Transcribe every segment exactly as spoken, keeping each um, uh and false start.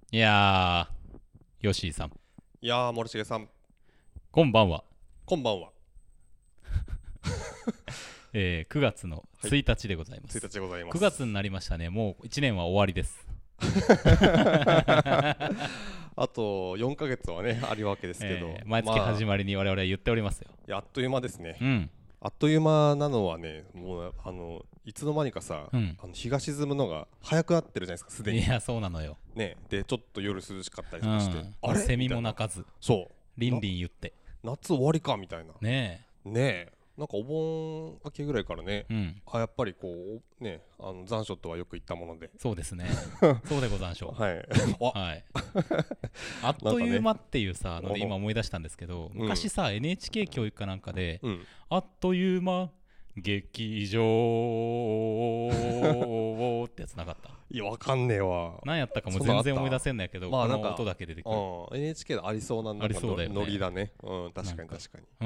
いやー、ヨッシーさん、 いやー、森重さん、 こんばんは。 こんばんは。 えー、くがつのついたちでございます。 ついたちでございます。 くがつになりましたね。もういちねんは終わりです。 あとよんかげつはね、あるわけですけど、 えー、毎月始まりに我々は言っておりますよ。 まあ、あっという間ですね。 うん。 あっという間なのはね、もうあのいつの間にかさ、うん、あの日が沈むのが早くなってるじゃないですか、すでに。 いや、そうなのよ。 ね、でちょっと夜涼しかったりとかして、うん、 あれセミも鳴かず、 そうリンリン言って、 夏終わりかみたいな。 ねえ。ねえ。なんかお盆明けぐらいからね、うん、あやっぱりこうね、あの残暑とはよく言ったもので、 そうですねそうでござんしょう。 はいはい、あっという間っていうさ、ので今思い出したんですけど、昔さ、うん、エヌエイチケー 教育かなんかで、うん、あっという間劇場ってやつなかった？ いや、わかんねえわ。 何やったかも全然思い出せんのやけど、まあ、この音だけ出てくる。 エヌエイチケー でありそうなんだけど、ノリだね。うん、確かに確かに。うん。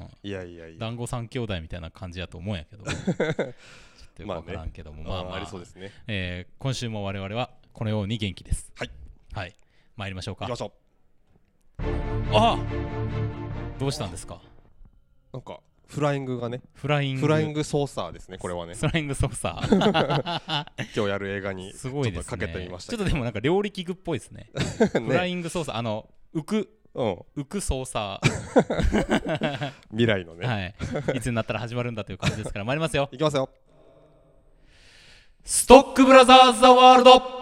いやいやいや。 団子三兄弟みたいな感じやと思うんやけど。ちょっとよくわからんけども、まあまあ、 ありそうですね。 えー、今週も我々はこのように元気です。 はい。 はい。参りましょうか。 行きましょう。ああ、どうしたんですか？ なんか。フライングがね、 フライングフライングソーサーですね、これはね。 フライングソーサー今日やる映画にちょっとかけてみました。 ちょっとでもなんか料理器具っぽいですね。フライングソーサー、あの浮く、うん、浮くソーサー未来のね、 はい、いつになったら始まるんだという感じですから参りますよ。 いきますよ。 ストックブラザーズ・ザ・ワールド。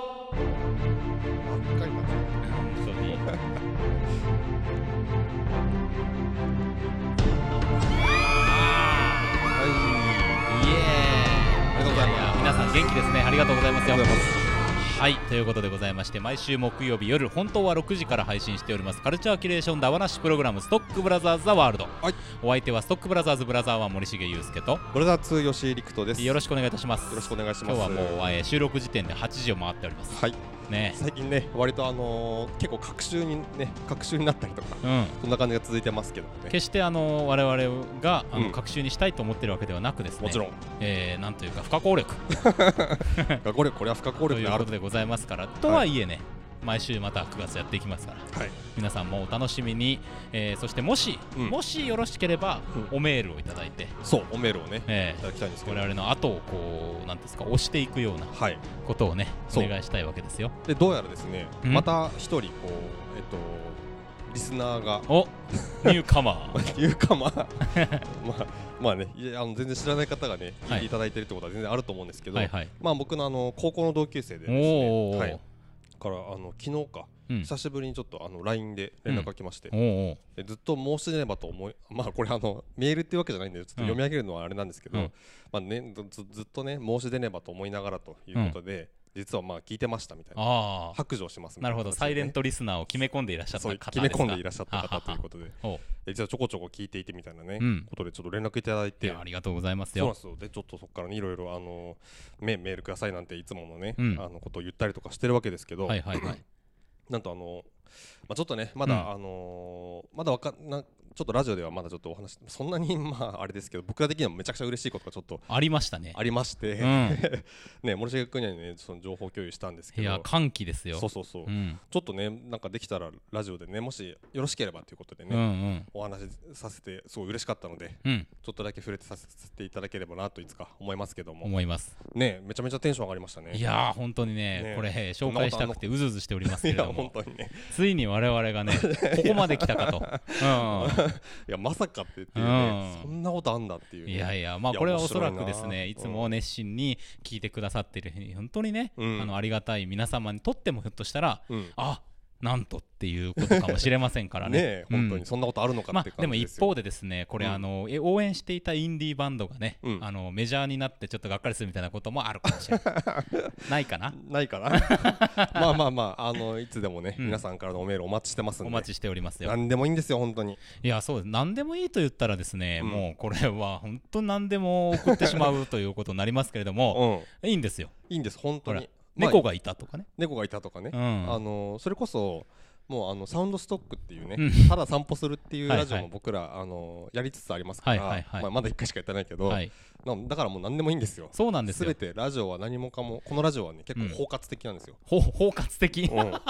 皆さん元気ですね。ありがとうございますよ。はい、ということでございまして、毎週木曜日夜本当はろくじから配信しておりますカルチャーキュレーションダワナシプログラムストックブラザーズ・ザ・ワールド、はい、お相手はストックブラザーズブラザーは森重裕介とブラザーツー吉井陸斗です。 よろしくお願いいたします。 よろしくお願いします。 今日はもう、えー、収録時点ではちじを回っております。 はいね、 最近ね、割とあのー、結構隔週にね、隔週になったりとか、うん、そんな感じが続いてますけどね。 決してあのー、我々があの、うん、隔週にしたいと思ってるわけではなくですね、 もちろん、 えー、なんというか不可抗力不可抗力、これは不可抗力であるということでございますから、とはいえね、毎週またくがつやっていきますから、はい、皆さんもお楽しみに、えー、そしてもし、うん、もしよろしければ、うん、おメールをいただいて、 そうおメールをね、 えー、 いただきたいんですけど、 我々の後をこうなんですか押していくようなことをね、はい、お願いしたいわけですよ。 でどうやらですね、また一人こうえっとリスナーがおニューカマーニューカマーまあまあね、いやあの全然知らない方がね聞いていただいてるってことは全然あると思うんですけど、はいはいはい、まあ僕のあの高校の同級生でですね、はい、からあの昨日か、うん、久しぶりにちょっとあの ライン で連絡が来まして、うん、おうおうでずっと申し出ねばと思い、まあこれあのメールっていうわけじゃないんでちょっと読み上げるのはあれなんですけど、うん、まあね、ず, ずっとね申し出ねばと思いながらということで、うん、実はまあ聞いてましたみたいな、白状しますみたいな、 なるほど、サイレントリスナーを決め込んでいらっしゃった方ですか。 決め込んでいらっしゃった方ということで、実はちょこちょこ聞いていてみたいなね、うん、ことでちょっと連絡いただいて、 いやありがとうございますよ。 そうなんですよ。でちょっとそこからねいろいろあのメメールくださいなんていつものね、うん、あのことを言ったりとかしてるわけですけど、はいはいはい、なんとあの、まあ、ちょっとねまだ、うん、あのー、まだわかなちょっとラジオではまだちょっとお話そんなにまああれですけど、僕ら的にはめちゃくちゃ嬉しいことがちょっとありましたねありまして、うん、ね森重君にはねその情報共有したんですけど、 いや歓喜ですよ。 そうそうそう、うん、ちょっとねなんかできたらラジオでねもしよろしければということでね、うんうん、お話しさせてすごい嬉しかったので、うん、ちょっとだけ触れてさせていただければなといつか思いますけども。 思いますね、めちゃめちゃテンション上がりましたね。 いやー本当に ね, ねこれ紹介したくてうずうずしておりますけれども、 いや本当にねついに我々がねここまで来たかと、うん、 いやまさかって言ってね、うん、そんなことあんだっていう、ね、 いやいやまあこれはおそらくですねいつも熱心に聞いてくださっている本当にね、うん、あのありがたい皆様にとってもひょっとしたら、うん、あなんとっていうことかもしれませんからねね、うん、本当にそんなことあるのかって感じですよ、 まあ、でも一方でですねこれ、うん、あの応援していたインディーバンドがね、うん、あのメジャーになってちょっとがっかりするみたいなこともあるかもしれないないかなないかなまあまあまあ、あのいつでもね、うん、皆さんからのおメールお待ちしてますんで、 お待ちしておりますよ。 何でもいいんですよ本当に。 いやそうです、何でもいいと言ったらですね、うん、もうこれは本当に何でも送ってしまうということになりますけれども、うん、いいんですよ。 いいんです本当に。 猫がいたとかね、 猫がいたとかね、うん、あのそれこそもうあのサウンドストックっていうね、うん、ただ散歩するっていうラジオも僕ら、はいはい、あのやりつつありますから、はいはいはい、まあ、まだいっかいしかやってないけど、はい、だからもう何でもいいんですよ。 そうなんですよ。 全てラジオは何もかもこのラジオはね結構包括的なんですよ、 うん、包括的、うん、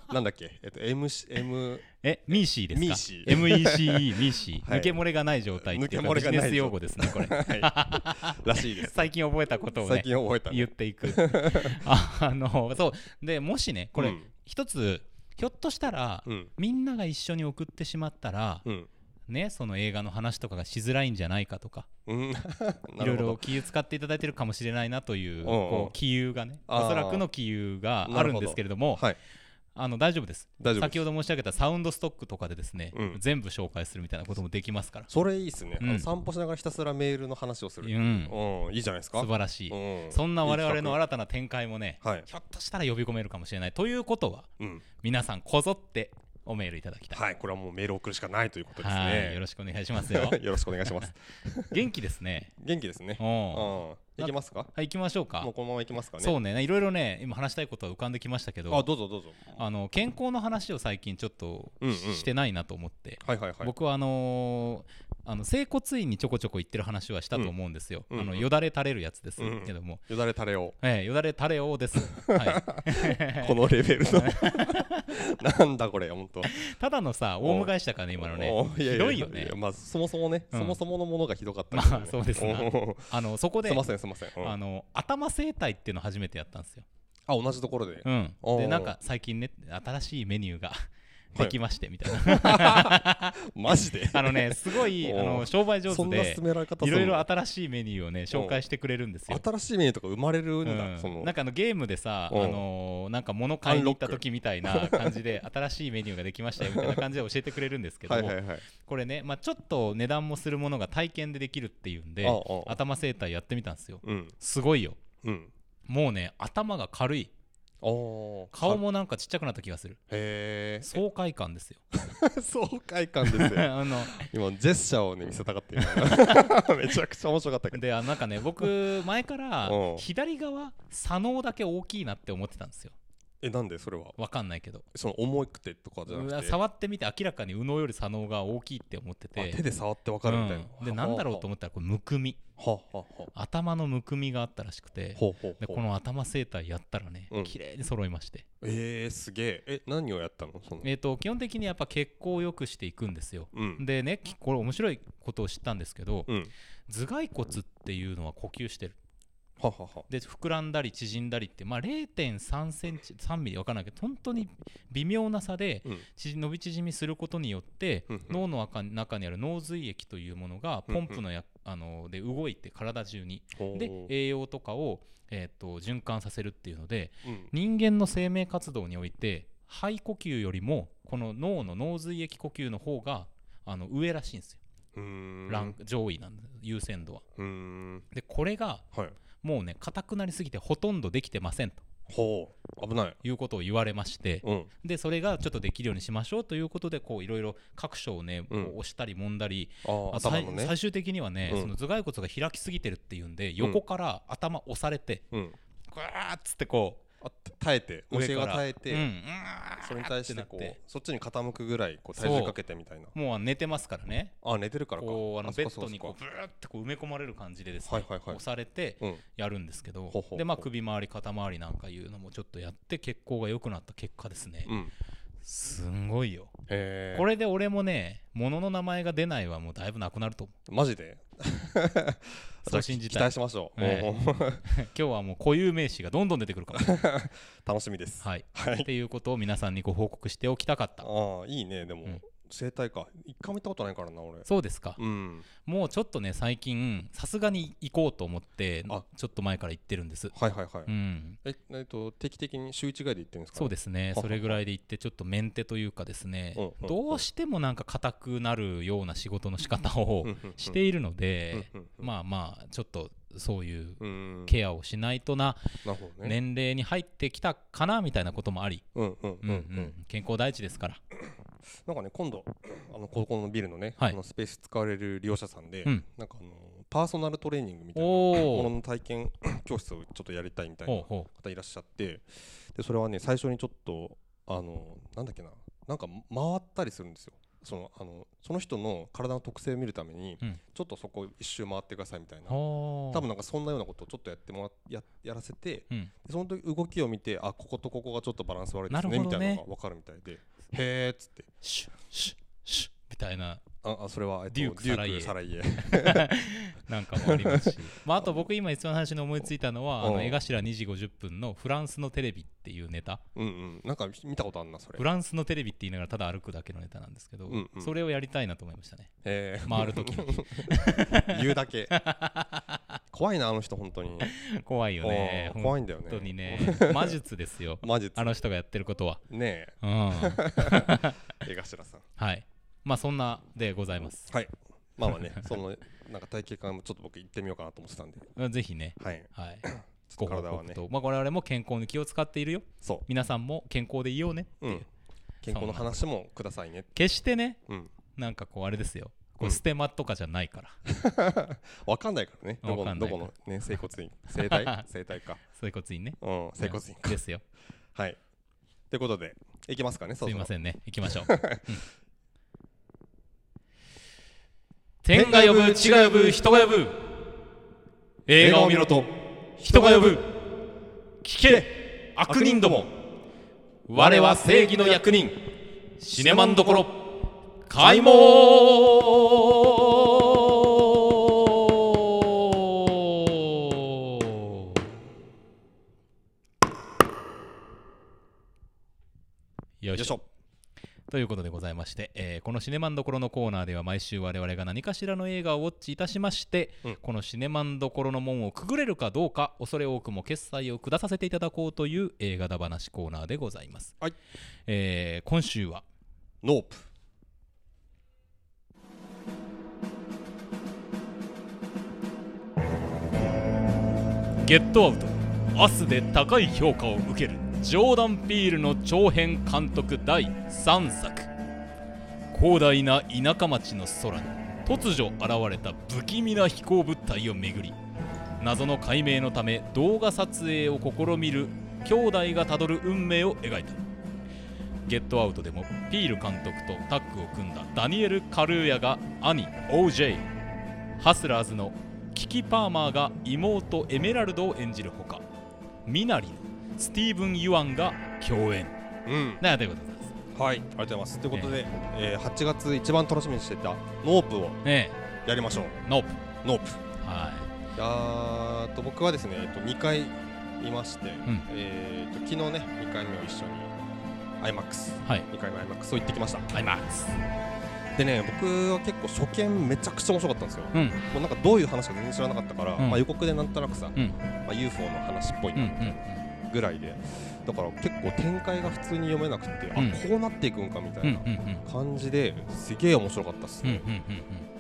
なんだっけ、えっと M M えミーシーですか。 ミーシーエムイーシーイー ミーシー、 はい、 抜け漏れがない状態っていうかビジネス用語ですねこれ、 はい、らしいです。 最近覚えたことをね最近覚えた、ね、 言っていくああのそうで、もしねこれ、うん、一つひょっとしたら、うん、みんなが一緒に送ってしまったら、うんね、その映画の話とかがしづらいんじゃないかとか、うん、いろいろ気を使っていただいてるかもしれないなという、こう杞憂がね、おそらくの杞憂があるんですけれども、はい、あの大丈夫です。先ほど申し上げたサウンドストックとかでですね、うん、全部紹介するみたいなこともできますから。 それいいっすね、うん、あの散歩しながらひたすらメールの話をする、うんうん、いいじゃないですか。 素晴らしい、うん、そんな我々の新たな展開もね、はい、ひょっとしたら呼び込めるかもしれないということは、うん、皆さんこぞっておメールいただきたい。 はい、これはもうメールを送るしかないということですね。 はい、よろしくお願いしますよ。 よろしくお願いします。 元気ですね。 元気ですね。お行きますか。 はい、行きましょうか。 もうこのまま行きますかね。 そうね、いろいろね今話したいことは浮かんできましたけど、 あ、どうぞどうぞ。 あの健康の話を最近ちょっと、うんうん、してないなと思って、はいはいはい、僕はあのー、あの整骨院にちょこちょこ行ってる話はしたと思うんですよ、うん、あのよだれ垂れるやつですけども、 うん、よだれ垂れおええ、よだれ垂れおです、はい、 このレベルのなんだこれ本当ただのさオウム返しだからね今のね、ひどいよね。 いやいやいや、まあ、そもそもね、うん、そもそものものがひどかったけど、ね、まあそうですなあのそこですいませんすいません、うん、 あの頭整体っていうのを初めてやったんですよ。 あ、同じところで、 うん、でなんか最近ね新しいメニューができましてみたいなマジであのねすごいあの商売上手でいろいろ新しいメニューをね紹介してくれるんですよ。 新しいメニューとか生まれるんだ、 うん、そのなんかあのゲームでさ、あのー、なんか物買いに行った時みたいな感じで新しいメニューができましたよみたいな感じで教えてくれるんですけどもはいはい、はい、これね、まあ、ちょっと値段もするものが体験でできるっていうんで頭整体やってみたんですよ、うん、すごいよ、うん、もうね頭が軽い、顔もなんかちっちゃくなった気がする。へー、爽快感ですよ爽快感ですよあの今ジェスチャーをね見せたかったよめちゃくちゃ面白かったけどで、あなんかね僕前から左側左脳だけ大きいなって思ってたんですよ。 え、なんでそれは分かんないけど、 その重くてとかじゃなくて触ってみて明らかに右脳より左脳が大きいって思ってて、 手で触って分かるみたいな、 うん、でなんだろうと思ったらこれむくみ、ははは頭のむくみがあったらしくて、ほほほでこの頭整体やったらね、うん、綺麗に揃いまして、 えー、すげえ。え、何をやったの？そのえーと基本的にやっぱ血行を良くしていくんですよ、うん、でねこれ面白いことを知ったんですけど、うん、頭蓋骨っていうのは呼吸してる。はははで膨らんだり縮んだりって、まあ、ゼロてんさんセンチさんミリ分からないけど本当に微妙な差で、うん、伸び縮みすることによって、うんうん、脳の中にある脳髄液というものがポンプのや、うんうん、あので動いて体中にで栄養とかを、えー、と循環させるっていうので、うん、人間の生命活動において肺呼吸よりもこの脳の脳髄液呼吸の方があの上らしいんですよ。うーんランク上位なんだ、優先度は。うーんでこれが、はいもうね硬くなりすぎてほとんどできてませんとほう危ないいうことを言われまして、うん、でそれがちょっとできるようにしましょうということでこういろいろ各所をね、うん、押したり揉んだりあ頭のね、最終的にはね、うん、その頭蓋骨が開きすぎてるっていうんで、うん、横から頭押されて、うん、グワーッつってこうあ耐えて教えが耐えて、うん、それに対してこうそっちに傾くぐらいこう体重かけてみたいな。 もう寝てますからね。 あ寝てるからかこうあのベッドにこうブーってこう埋め込まれる感じでですね、はいはいはい、押されてやるんですけど、うん、でまあ首周り肩周りなんかいうのもちょっとやって血行が良くなった結果ですね、うん、すんごいよ。へこれで俺もね物の名前が出ないはもうだいぶなくなると思う。 マジでそう信じたい。 期待しましょう、えー、今日はもう固有名詞がどんどん出てくるかもしれない楽しみです。 はい、はい、っていうことを皆さんにご報告しておきたかった。 ああいいね。でも、うん整体か一回見たことないからな俺。 そうですか、うん、もうちょっとね最近さすがに行こうと思ってちょっと前から行ってるんです。 はいはいはい、うん、ええっと定期的に週いちぐらいで行ってるんですか？ そうですねそれぐらいで行ってちょっとメンテというかですね、うんうんうん、どうしてもなんか硬くなるような仕事の仕方をしているのでまあまあちょっとそういうケアをしないとな、なるほどね、年齢に入ってきたかなみたいなこともあり、健康第一ですから。 なんかね今度あのここのビルのね、はい、あのスペース使われる利用者さんで、うん、なんかあのパーソナルトレーニングみたいなものの体験教室をちょっとやりたいみたいな方いらっしゃって、でそれはね最初にちょっとあのなんだっけななんか回ったりするんですよ。 そのあのその人の体の特性を見るために、うん、ちょっとそこ一周回ってくださいみたいな、多分なんかそんなようなことをちょっとやってもら や, やらせて、うん、でその時動きを見て、あこことここがちょっとバランス悪いです ね, ねみたいなのが分かるみたいで、へーっつってシュッシュッシュッみたいな、 ああそれは、えっと、 デュークサライエサライエなんかもありますしまあ、あと僕今一番最初に思いついたのはあの江頭にじごじゅっぷんのフランスのテレビっていうネタ、 うんうん、なんか見たことあるなそれ。 フランスのテレビって言いながらただ歩くだけのネタなんですけど、うんうん、それをやりたいなと思いましたね、えー、回るとき言うだけ怖いなあの人本当に怖いよね、 怖いんだよね本当にね魔術ですよ魔術、 あの人がやってることはねえ、うん、江頭さん、 はい、まあそんなでございます。 はい、まあまあねそのなんか体型感もちょっと僕行ってみようかなと思ってたんでぜひね、 はい、 はい、ご報告と、まあ我々も健康に気を使っているよ、そう皆さんも健康でいようねっていう、うん、 健康の話もくださいね。 決してね、うん、なんかこうあれですよ、こうステマとかじゃないから、 わかんないからね、どこのどこのね整骨院、整体整体か整骨院ね、 うん、整骨院かですよ。 はい。ということでいきますかね。 すいませんね、行きましょう。うん、天が呼ぶ、地が呼ぶ、人が呼ぶ。映画を見ろと人が呼ぶ。聞け悪人ども、我は正義の役人。シネマンどころ開門。よいしょ。ということでございまして、えー、このシネマンどころのコーナーでは毎週我々が何かしらの映画をウォッチいたしまして、うん、このシネマンどころの門をくぐれるかどうか恐れ多くも決済を下させていただこうという映画だ話コーナーでございます、はい、えー、今週はノープ。 ゲットアウト、明日で高い評価を受けるジョーダン・ピールの長編監督だいさんさく。広大な田舎町の空に突如現れた不気味な飛行物体をめぐり、謎の解明のため動画撮影を試みる兄弟がたどる運命を描いた。ゲットアウトでもピール監督とタッグを組んだダニエル・カルーヤが兄 オージェー、 ハスラーズのキキ・パーマーが妹エメラルドを演じるほか、ミナリのスティーブン・ユアンが共演、うん、なということです。 はい、ありがとうございます。ということで、えーえー、はちがつ一番楽しみにしていたノープをやりましょう、 えー、ノープノープはい。あと僕はですね、えっと、にかいいまして、うん、えー、と昨日ねにかいめを一緒に アイマックス、はい、にかいめ アイマックス を行ってきました。 アイマックスでね、僕は結構初見めちゃくちゃ面白かったんですよ、うん、もうなんかどういう話か全然知らなかったから、うん、まあ、予告でなんとなくさ、うん、まあ、ユーフォー の話っぽいなぐらいで、だから結構展開が普通に読めなくて、うん、あこうなっていくんかみたいな感じですげえ面白かったっすね、うんうんうんうん、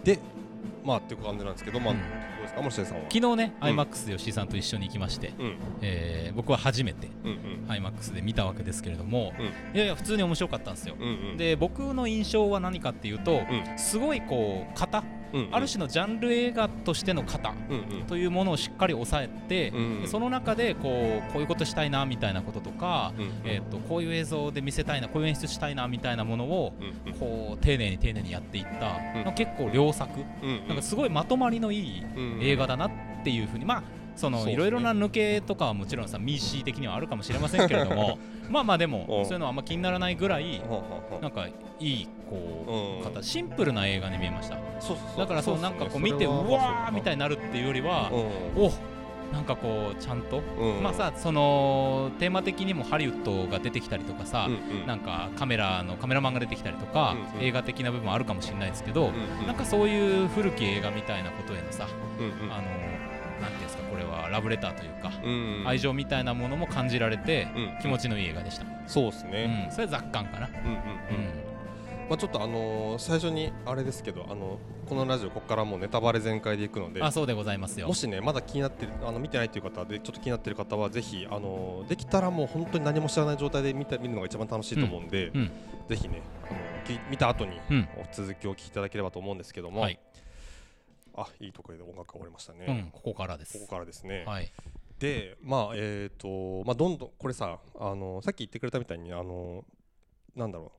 でまあっていう感じなんですけど、まあ、うん、どうですか森下さんは。 昨日ね、うん、アイマックス で吉井さんと一緒に行きまして、うん、えー、僕は初めて、うんうん、アイマックス で見たわけですけれども、うん、いやいや普通に面白かったんですよ、うんうん、で僕の印象は何かっていうと、うん、すごいこう型、うんうん、ある種のジャンル映画としての型というものをしっかり抑えて、うんうん、その中でこうこういうことしたいなみたいなこととか、うんうん、えー、とこういう映像で見せたいな、こういう演出したいなみたいなものをこう丁寧に丁寧にやっていった、うん、結構良作、うんうん、なんかすごいまとまりのいい映画だなっていうふうに、まあそのいろいろな抜けとかはもちろんさミーシー的にはあるかもしれませんけれどもまあまあでもそういうのはあんま気にならないぐらいなんかいいこう方、シンプルな映画に見えました。だからそうなんかこう見てうわーみたいになるっていうよりは、おなんかこうちゃんと、まあさそのテーマ的にもハリウッドが出てきたりとかさ、なんかカメラのカメラマンが出てきたりとか映画的な部分あるかもしれないですけど、なんかそういう古き映画みたいなことへのさ、あのなんていうんですか、これはラブレターというか、うんうん、愛情みたいなものも感じられて、うん、気持ちのいい映画でした。 そうですね、 うん、それは雑感かな。うんうんうん、 まあ、ちょっとあのー、最初にあれですけど、あのこのラジオここからもうネタバレ全開でいくので、 あ、そうでございますよ。 もしねまだ気になってる、あの見てないという方でちょっと気になってる方はぜひ、あのー、できたらもう本当に何も知らない状態で見た見るのが一番楽しいと思うんで、うんうん、ぜひね、あのー、見た後に続きを聞きいただければと思うんですけども、はい、あ、いいところで音楽が終わりましたね、 うん、ここからですここからですね、 はい、 でまあえっ、ー、とまあどんどんこれさ、あのさっき言ってくれたみたいに、あのなんだろう、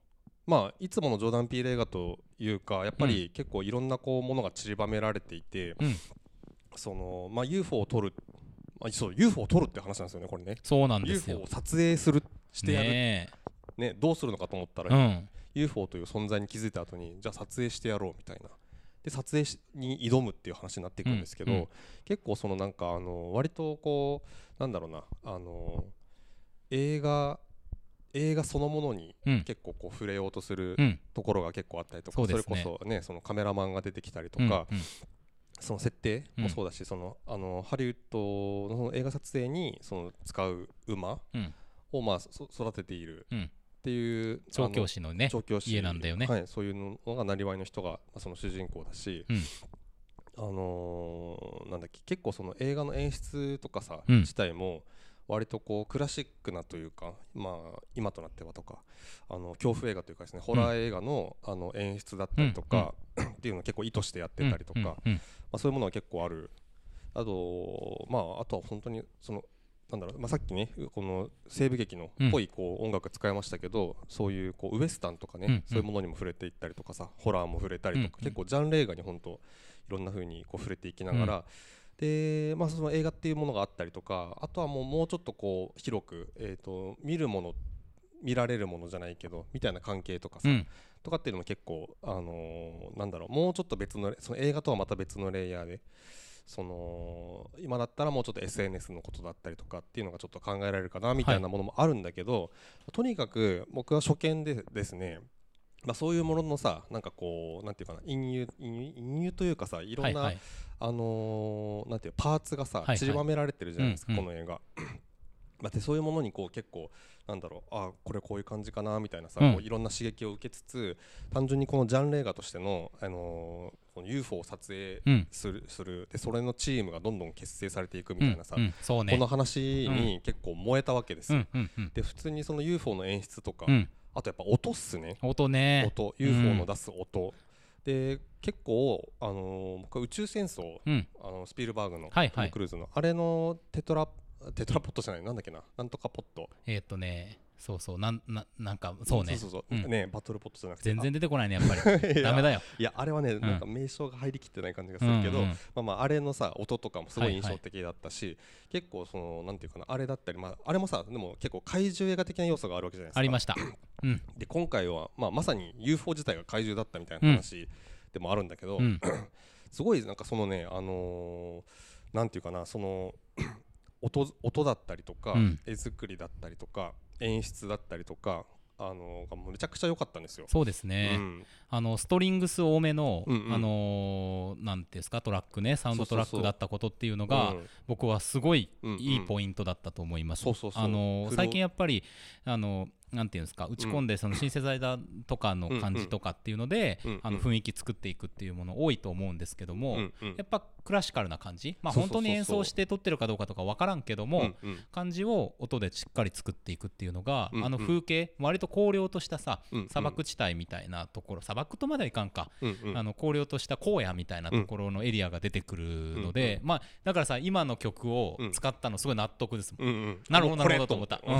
まあいつものジョーダン・ピール映画というかやっぱり結構いろんなこうものが散りばめられていて、うん、そのまあ ユーフォー を撮る、まあ、そう ユーフォー を撮るって話なんですよねこれね。 そうなんですよ。 ユーフォー を撮影するしてやるねね、どうするのかと思ったら、うん、ユーフォー という存在に気づいた後にじゃあ撮影してやろうみたいなで撮影に挑むっていう話になっていくんですけど、うんうん、結構そのなんかあの割とこうなんだろうなあの映画映画そのものに結構こう触れようとするところが結構あったりとか、うん、それこそねそのカメラマンが出てきたりとか、うんうん、その設定もそうだし、うん、そのあのハリウッドのその映画撮影にその使う馬をまあ育てている、うんっていう調教師のね家なんだよね、 はい、そういうのがなりわいの人がその主人公だし、うん、あのー、なんだっけ結構その映画の演出とかさ、うん、自体も割とこうクラシックなというか、まあ、今となってはとかあの恐怖映画というかですねホラー映画 の, あの演出だったりとか、うん、っていうのを結構意図してやってたりとか、うんうんうんまあ、そういうものは結構ある。あと、まあ、あとは本当にそのなんだろうまあ、さっきねこの西部劇のっぽいこう音楽使いましたけど、うん、そういうこうウエスタンとかね、うんうん、そういうものにも触れていったりとかさホラーも触れたりとか、うんうん、結構ジャンル映画に本当いろんな風にこう触れていきながら、うん、で、まあ、その映画っていうものがあったりとかあとはもうもうちょっとこう広く、えーと、見るもの見られるものじゃないけどみたいな関係とかさ、うん、とかっていうのも結構、あのー、なんだろうもうちょっと別のその映画とはまた別のレイヤーでその今だったらもうちょっと エスエヌエス のことだったりとかっていうのがちょっと考えられるかなみたいなものもあるんだけど、はい、とにかく僕は初見でですね、まあ、そういうもののさなんかこうなんていうかな隠喩隠喩というかさいろんな、はいはい、あのー、なんていうパーツがさ、はいはい、散りばめられてるじゃないですか、うんうん、この映画まあ、でそういうものにこう結構なんだろうあこれこういう感じかなみたいなさ、うん、こういろんな刺激を受けつつ単純にこのジャンル映画としての、あのー、この ユーフォー を撮影する、うん、するでそれのチームがどんどん結成されていくみたいなさ、うんうんそうね、この話に結構燃えたわけですよ、うんうんうん、で普通にその ユーフォー の演出とか、うん、あとやっぱ音っすね音ね音 ユーフォー の出す音、うん、で結構、あのー、僕は宇宙戦争、うん、あのスピルバーグの、はいはい、トム・クルーズのあれのテトラテトラポットじゃないなんだっけななんとかポットえー、っとねそうそうなんななんかそうねそうそうそう、うん、ねバトルポットじゃなくて全然出てこないねやっぱりダメだよいやあれはね、うん、なんか名称が入りきってない感じがするけど、うんうん、まあまああれのさ音とかもすごい印象的だったし、はいはい、結構そのなんていうかなあれだったりまああれもさでも結構怪獣映画的な要素があるわけじゃないですかありました、うん、 で今回はまあまさに ユーフォー 自体が怪獣だったみたいな話でもあるんだけど、うん、すごいなんかそのねあのー、なんていうかなその音, 音だったりとか、うん、絵作りだったりとか演出だったりとかあのめちゃくちゃ良かったんですよ。 そうですね、うん、あのストリングス多めの、うんうん、あのー、なんていうんですかトラックねサウンドトラックだったことっていうのが、うん、僕はすごいいいポイントだったと思います。最近やっぱりあのなんていうんですか打ち込んでそのシンセサイザーとかの感じとかっていうので、うんうん、あの雰囲気作っていくっていうもの多いと思うんですけども、うんうん、やっぱクラシカルな感じ、まあ、本当に演奏して撮ってるかどうかとか分からんけども、うんうん、感じを音でしっかり作っていくっていうのが、うんうん、あの風景割と荒涼としたさ、うんうん、砂漠地帯みたいなところ砂漠とまではいかんか、うんうん、あの荒涼とした荒野みたいなところのエリアが出てくるので、うんうんまあ、だからさ今の曲を使ったのすごい納得ですもん、うんうん、なるほどなるほどと思った、うん、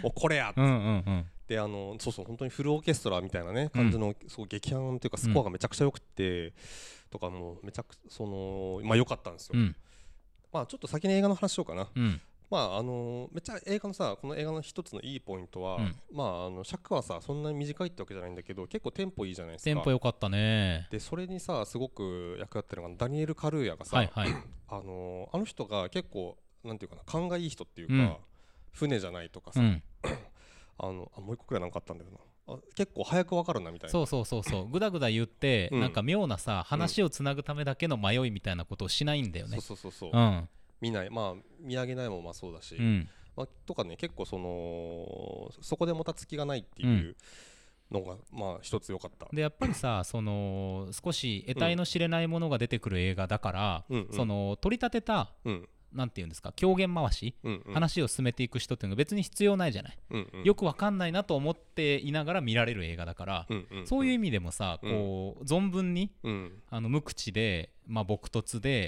これやって、うんうんうんであのそうそう本当にフルオーケストラみたいなね感じの、うん、そう劇伴というかスコアがめちゃくちゃ良くて、うん、とかもめちゃくそのまあ良かったんですよ、うん、まあちょっと先に映画の話しようかな、うん、まああのめっちゃ映画のさこの映画の一つのいいポイントは、うん、まああの尺はさそんなに短いってわけじゃないんだけど結構テンポいいじゃないですか。 テンポ良かったね。 でそれにさすごく役立ってるのがダニエル・カルーヤがさ、はいはい、あのあの人が結構なんていうかな勘がいい人っていうか、うん、船じゃないとかさ、うんあのあもう一個くらいなんかあったんだけどなあ結構早く分かるなみたいなそうそうそうそうぐだぐだ言って、うん、なんか妙なさ話をつなぐためだけの迷いみたいなことをしないんだよね、 うん、そうそうそうそう、うん、見ないまあ見上げないもまあそうだし、うんまあ、とかね結構そのそこでもたつきがないっていうのが、うん、まあ一つ良かったでやっぱりさその少し得体の知れないものが出てくる映画だから、うん、その取り立てた、うんなんていうんですか狂言回し、うんうん、話を進めていく人っていうのが別に必要ないじゃない、うんうん、よくわかんないなと思っていながら見られる映画だから、うんうんうん、そういう意味でもさこう、うん、存分に、うん、あの無口で、まあ、朴突で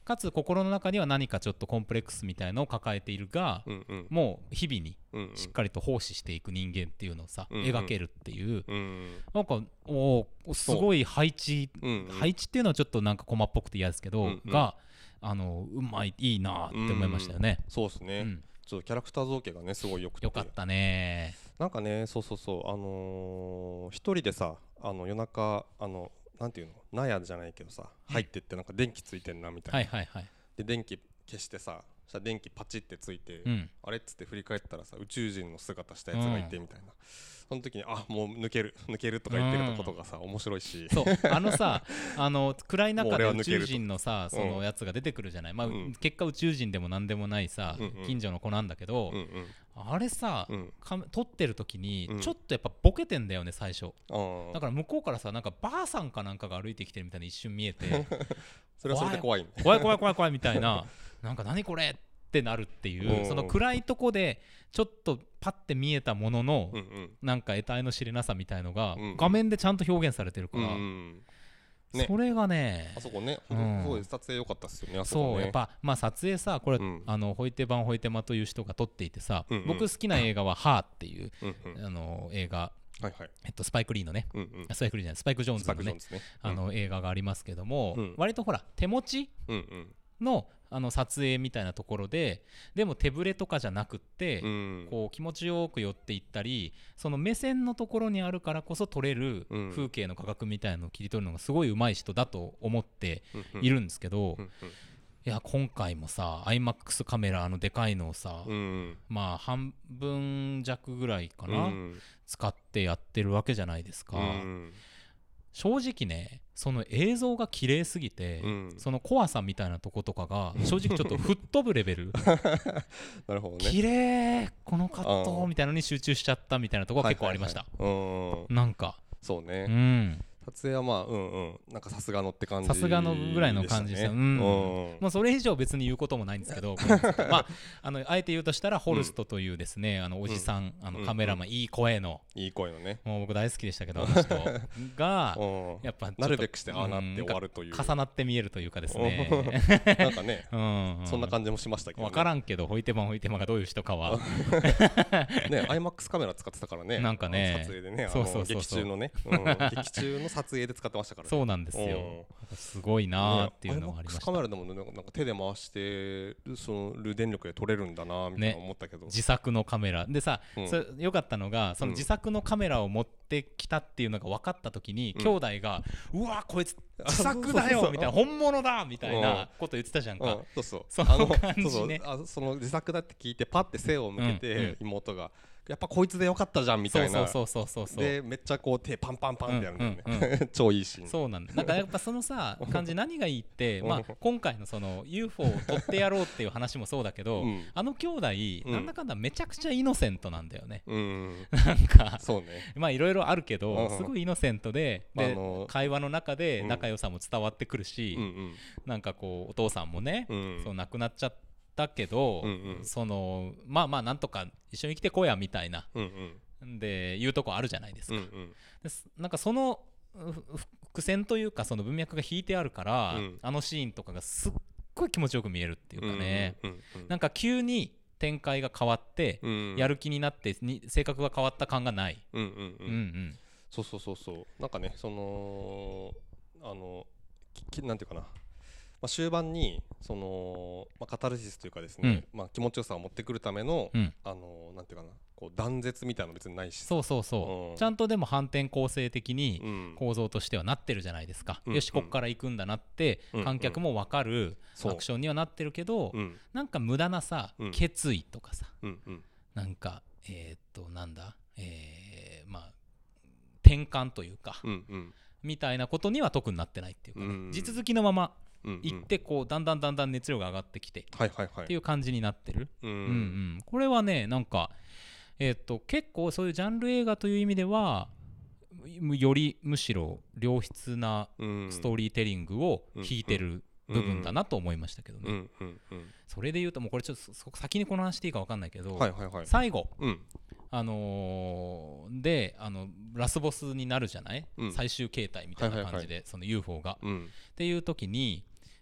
かつ心の中には何かちょっとコンプレックスみたいのを抱えているが、うんうん、もう日々にしっかりと奉仕していく人間っていうのをさ、うんうん、描けるっていう、うんうん、なんかおすごい配置、うんうん、配置っていうのはちょっとなんかコマっぽくて嫌ですけど、うんうん、があのうまいいいなって思いましたよね、 うん、そうですね、うん、ちょっとキャラクター造形がねすごいよくてよかったね。 なんかねそうそうそうあのー、一人でさあの夜中あのなんていうの納屋じゃないけどさ入ってってなんか電気ついてんなみたいな、はいはいはい、で電気消してさそしたら電気パチってついて、うん、あれっつって振り返ったらさ宇宙人の姿したやつがいてみたいな、うん、その時にあもう抜ける抜けるとか言ってることがさ、うん、面白いしそうあのさあの暗い中で宇宙人のさそのやつが出てくるじゃない、まあうん、結果宇宙人でもなんでもないさ、うんうん、近所の子なんだけど、うんうん、あれさ、うん、撮ってる時にちょっとやっぱボケてんだよね最初、うん、だから向こうからさなんかばあさんかなんかが歩いてきてるみたいな一瞬見えてそれはそれで怖いね怖い怖い怖い怖いみたいななんか何これってなるっていうその暗いとこでちょっとパッて見えたものの、うんうん、なんか得体の知れなさみたいのが画面でちゃんと表現されてるから、うんうんね、それがねあそこね、うん、すごい撮影良かったっすよね。あそこねそうやっぱまあ撮影さこれ、うん、あのホイテバンホイテマという人が撮っていてさ、うんうん、僕好きな映画はハーっていう、うんうん、あの映画はいはいえっと、スパイクリーのね、うんうん、スパイクリーじゃないスパイクジョーンズの ね, ね、あの、うん、映画がありますけども、うん、割とほら手持ちの、あの撮影みたいなところででも手ぶれとかじゃなくって、うん、こう気持ちよく寄っていったりその目線のところにあるからこそ撮れる風景の価格みたいなのを切り取るのがすごい上手い人だと思っているんですけど、うんうん、いや今回もさ アイマックス カメラあのでかいのをさ、うん、まあ半分弱ぐらいかな、うん、使ってやってるわけじゃないですか、うん、正直ねその映像が綺麗すぎて、うん、その怖さみたいなとことかが正直ちょっと吹っ飛ぶレベルなるほどね綺麗このカットみたいなのに集中しちゃったみたいなところが結構ありました、はいはいはい、なんかそうね、 うん撮影はまあうんうんなんかさすがのって感じさすがのぐらいの感じでした、ねうんうんまあ、それ以上別に言うこともないんですけどまああのあえて言うとしたらホルストというですね、うん、あのおじさん、うん、あのカメラマン、うん、いい声のいい声のねもう僕大好きでしたけどあの人がやっぱなるべくしてああなって終わるという、 うん、重なって見えるというかですねなんかね、うんうん、そんな感じもしましたけど、ね、 分からんけどホイテマンホイテマンがどういう人かはね アイマックス カメラ使ってたからねなんかね撮影でねあの劇中のね、うん、劇中の撮影で使ってましたからねそうなんですよすごいなーっていうのがありました、ね、 カメラでも、ね、なんか手で回してその電力で撮れるんだなみたいな思ったけど、ね、 自作のカメラでさ、うん、そよかったのがその自作のカメラを持ってきたっていうのが分かった時に、うん、兄弟がうわこいつ自作だよみたいな本物だみたいなこと言ってたじゃんか、うん、 そうそうその感じねあのその自作だって聞いてパッて背を向けて、うんうん、妹がやっぱこいつでよかったじゃんみたいなそうそうそうそうそうでめっちゃこう手パンパンパンってやるんだよね、うんうんうん、超いいシーンそうなんだなんかやっぱそのさ感じ何がいいってまあ今回のその ユーフォー を撮ってやろうっていう話もそうだけど、うん、あの兄弟、うん、なんだかんだめちゃくちゃイノセントなんだよね、うん、なんかそうねまあいろいろあるけどすごいイノセントで、で、あのー、会話の中で仲良さも伝わってくるし、うん、なんかこうお父さんもね、うん、そう亡くなっちゃってだけど、うんうん、そのまあまあなんとか一緒に来てこやみたいな、うんうん、で言うとこあるじゃないですか、うんうん、でなんかその伏線というかその文脈が引いてあるから、うん、あのシーンとかがすっごい気持ちよく見えるっていうかね、うんうんうんうん、なんか急に展開が変わって、うんうん、やる気になってに性格が変わった感がない、うんうんうんうんうん、 そうそうそうそうなんかねそのあのきなんていうかなまあ、終盤にその、まあ、カタルシスというかですね、うんまあ、気持ちよさを持ってくるための、うん、あのなんていうかなこう断絶みたいなの別にないしそうそうそう、うん、ちゃんとでも反転構成的に構造としてはなってるじゃないですか、うん、よしこっから行くんだなって、うん、観客も分かるアクションにはなってるけど、うん、なんか無駄なさ、うん、決意とかさ、うんうん、なんかえー、っとなんだ、えー、まあ転換というか、うんうん、みたいなことには特になってないっていうかね、うん、地続きのまま行ってこうだんだんだんだん熱量が上がってきてっていう感じになってる、うんうんうん、これはねなんか、えー、と結構そういうジャンル映画という意味ではよりむしろ良質なストーリーテリングを引いてる部分だなと思いましたけどね、うんうんうんうん、それで言うともうこれちょっと先にこの話でいいか分かんないけど、はいはいはい、最後、うんあのー、であのラスボスになるじゃない、うん、最終形態みたいな感じで、はいはいはい、その ユーフォー が、うん、っていう時に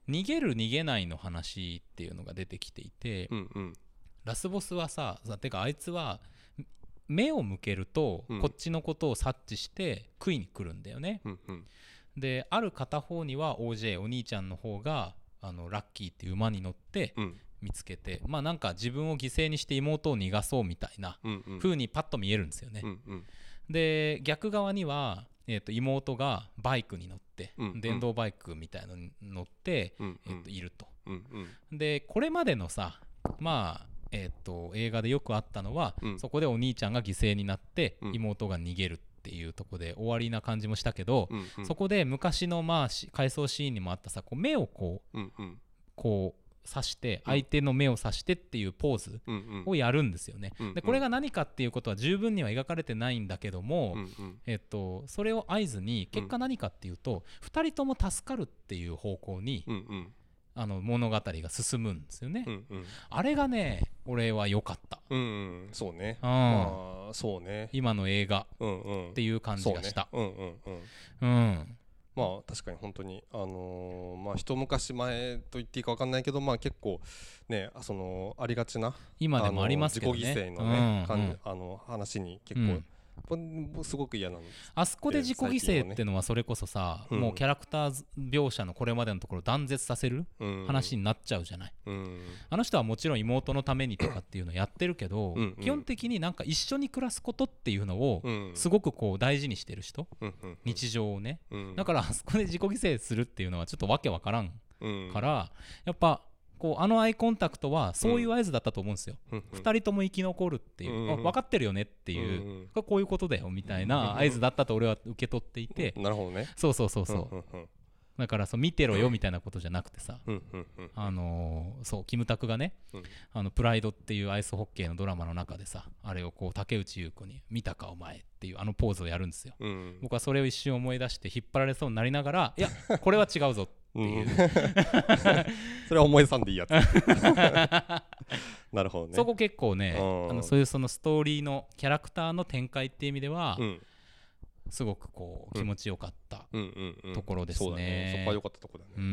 逃げる逃げないの話っていうのが出てきていて、 うんうん、 ラスボスはさてかあいつは目を向けるとこっちのことを察知して食いに来るんだよね、 うんうん、 である片方には オージェー お兄ちゃんの方があのラッキーっていう馬に乗って見つけて、うん、まあなんか自分を犠牲にして妹を逃がそうみたいな風にパッと見えるんですよね、うんうん、で逆側には、えー、と妹がバイクに乗って、うんうん、電動バイクみたいのに乗って、うんうん、えー、といると、うんうん、でこれまでのさまあえー、と映画でよくあったのは、うん、そこでお兄ちゃんが犠牲になって妹が逃げるっていうところで終わりな感じもしたけど、うんうん、そこで昔のまあ回想シーンにもあったさこう目をこう、うんうん、こう刺して相手の目を刺してっていうポーズをやるんですよね、うんうん、でこれが何かっていうことは十分には描かれてないんだけども、うんうん、えー、とそれを合図に結果何かっていうと、うん、ふたりとも助かるっていう方向に、うんうん、あの物語が進むんですよね、うんうん、あれがね俺は良かった、 うんうん、そうね、うんまあ、そうね今の映画っていう感じがした、 うんうんうんうん、まあ確かに本当にあのー、まあ一昔前と言っていいか分かんないけどまあ結構ねそのありがちな今でもありますけどね自己犠牲のね、うんうん、あの話に結構、うんすごく嫌なんです。 あそこで自己犠牲ってのはそれこそさ、うん、もうキャラクター描写のこれまでのところを断絶させる話になっちゃうじゃない、うん、あの人はもちろん妹のためにとかっていうのをやってるけど、うんうん、基本的になんか一緒に暮らすことっていうのをすごくこう大事にしてる人、うんうん、日常をね、うん、だからあそこで自己犠牲するっていうのはちょっとわけわからんから、やっぱこうあのアイコンタクトはそういう合図だったと思うんですよ、うん、ふたりとも生き残るっていう、うん、分かってるよねっていう、うん、こういうことだよみたいな合図だったと俺は受け取っていて、 うん、なるほどねそうそうそうそう、うん、だからそう見てろよみたいなことじゃなくてさ、うん、あのー、そうキムタクがね、うん、あのプライドっていうアイスホッケーのドラマの中でさあれをこう竹内優子に見たかお前っていうあのポーズをやるんですよ、うん、僕はそれを一瞬思い出して引っ張られそうになりながらいやこれは違うぞっていう、うん、 それは思い出さんでいいやつなるほどねそこ結構ねあのそういうそのストーリーのキャラクターの展開っていう意味では、うん、すごくこう気持ちよかったところですね、 うんうんうんうん、そうだねそこは良かったところだね、 うん、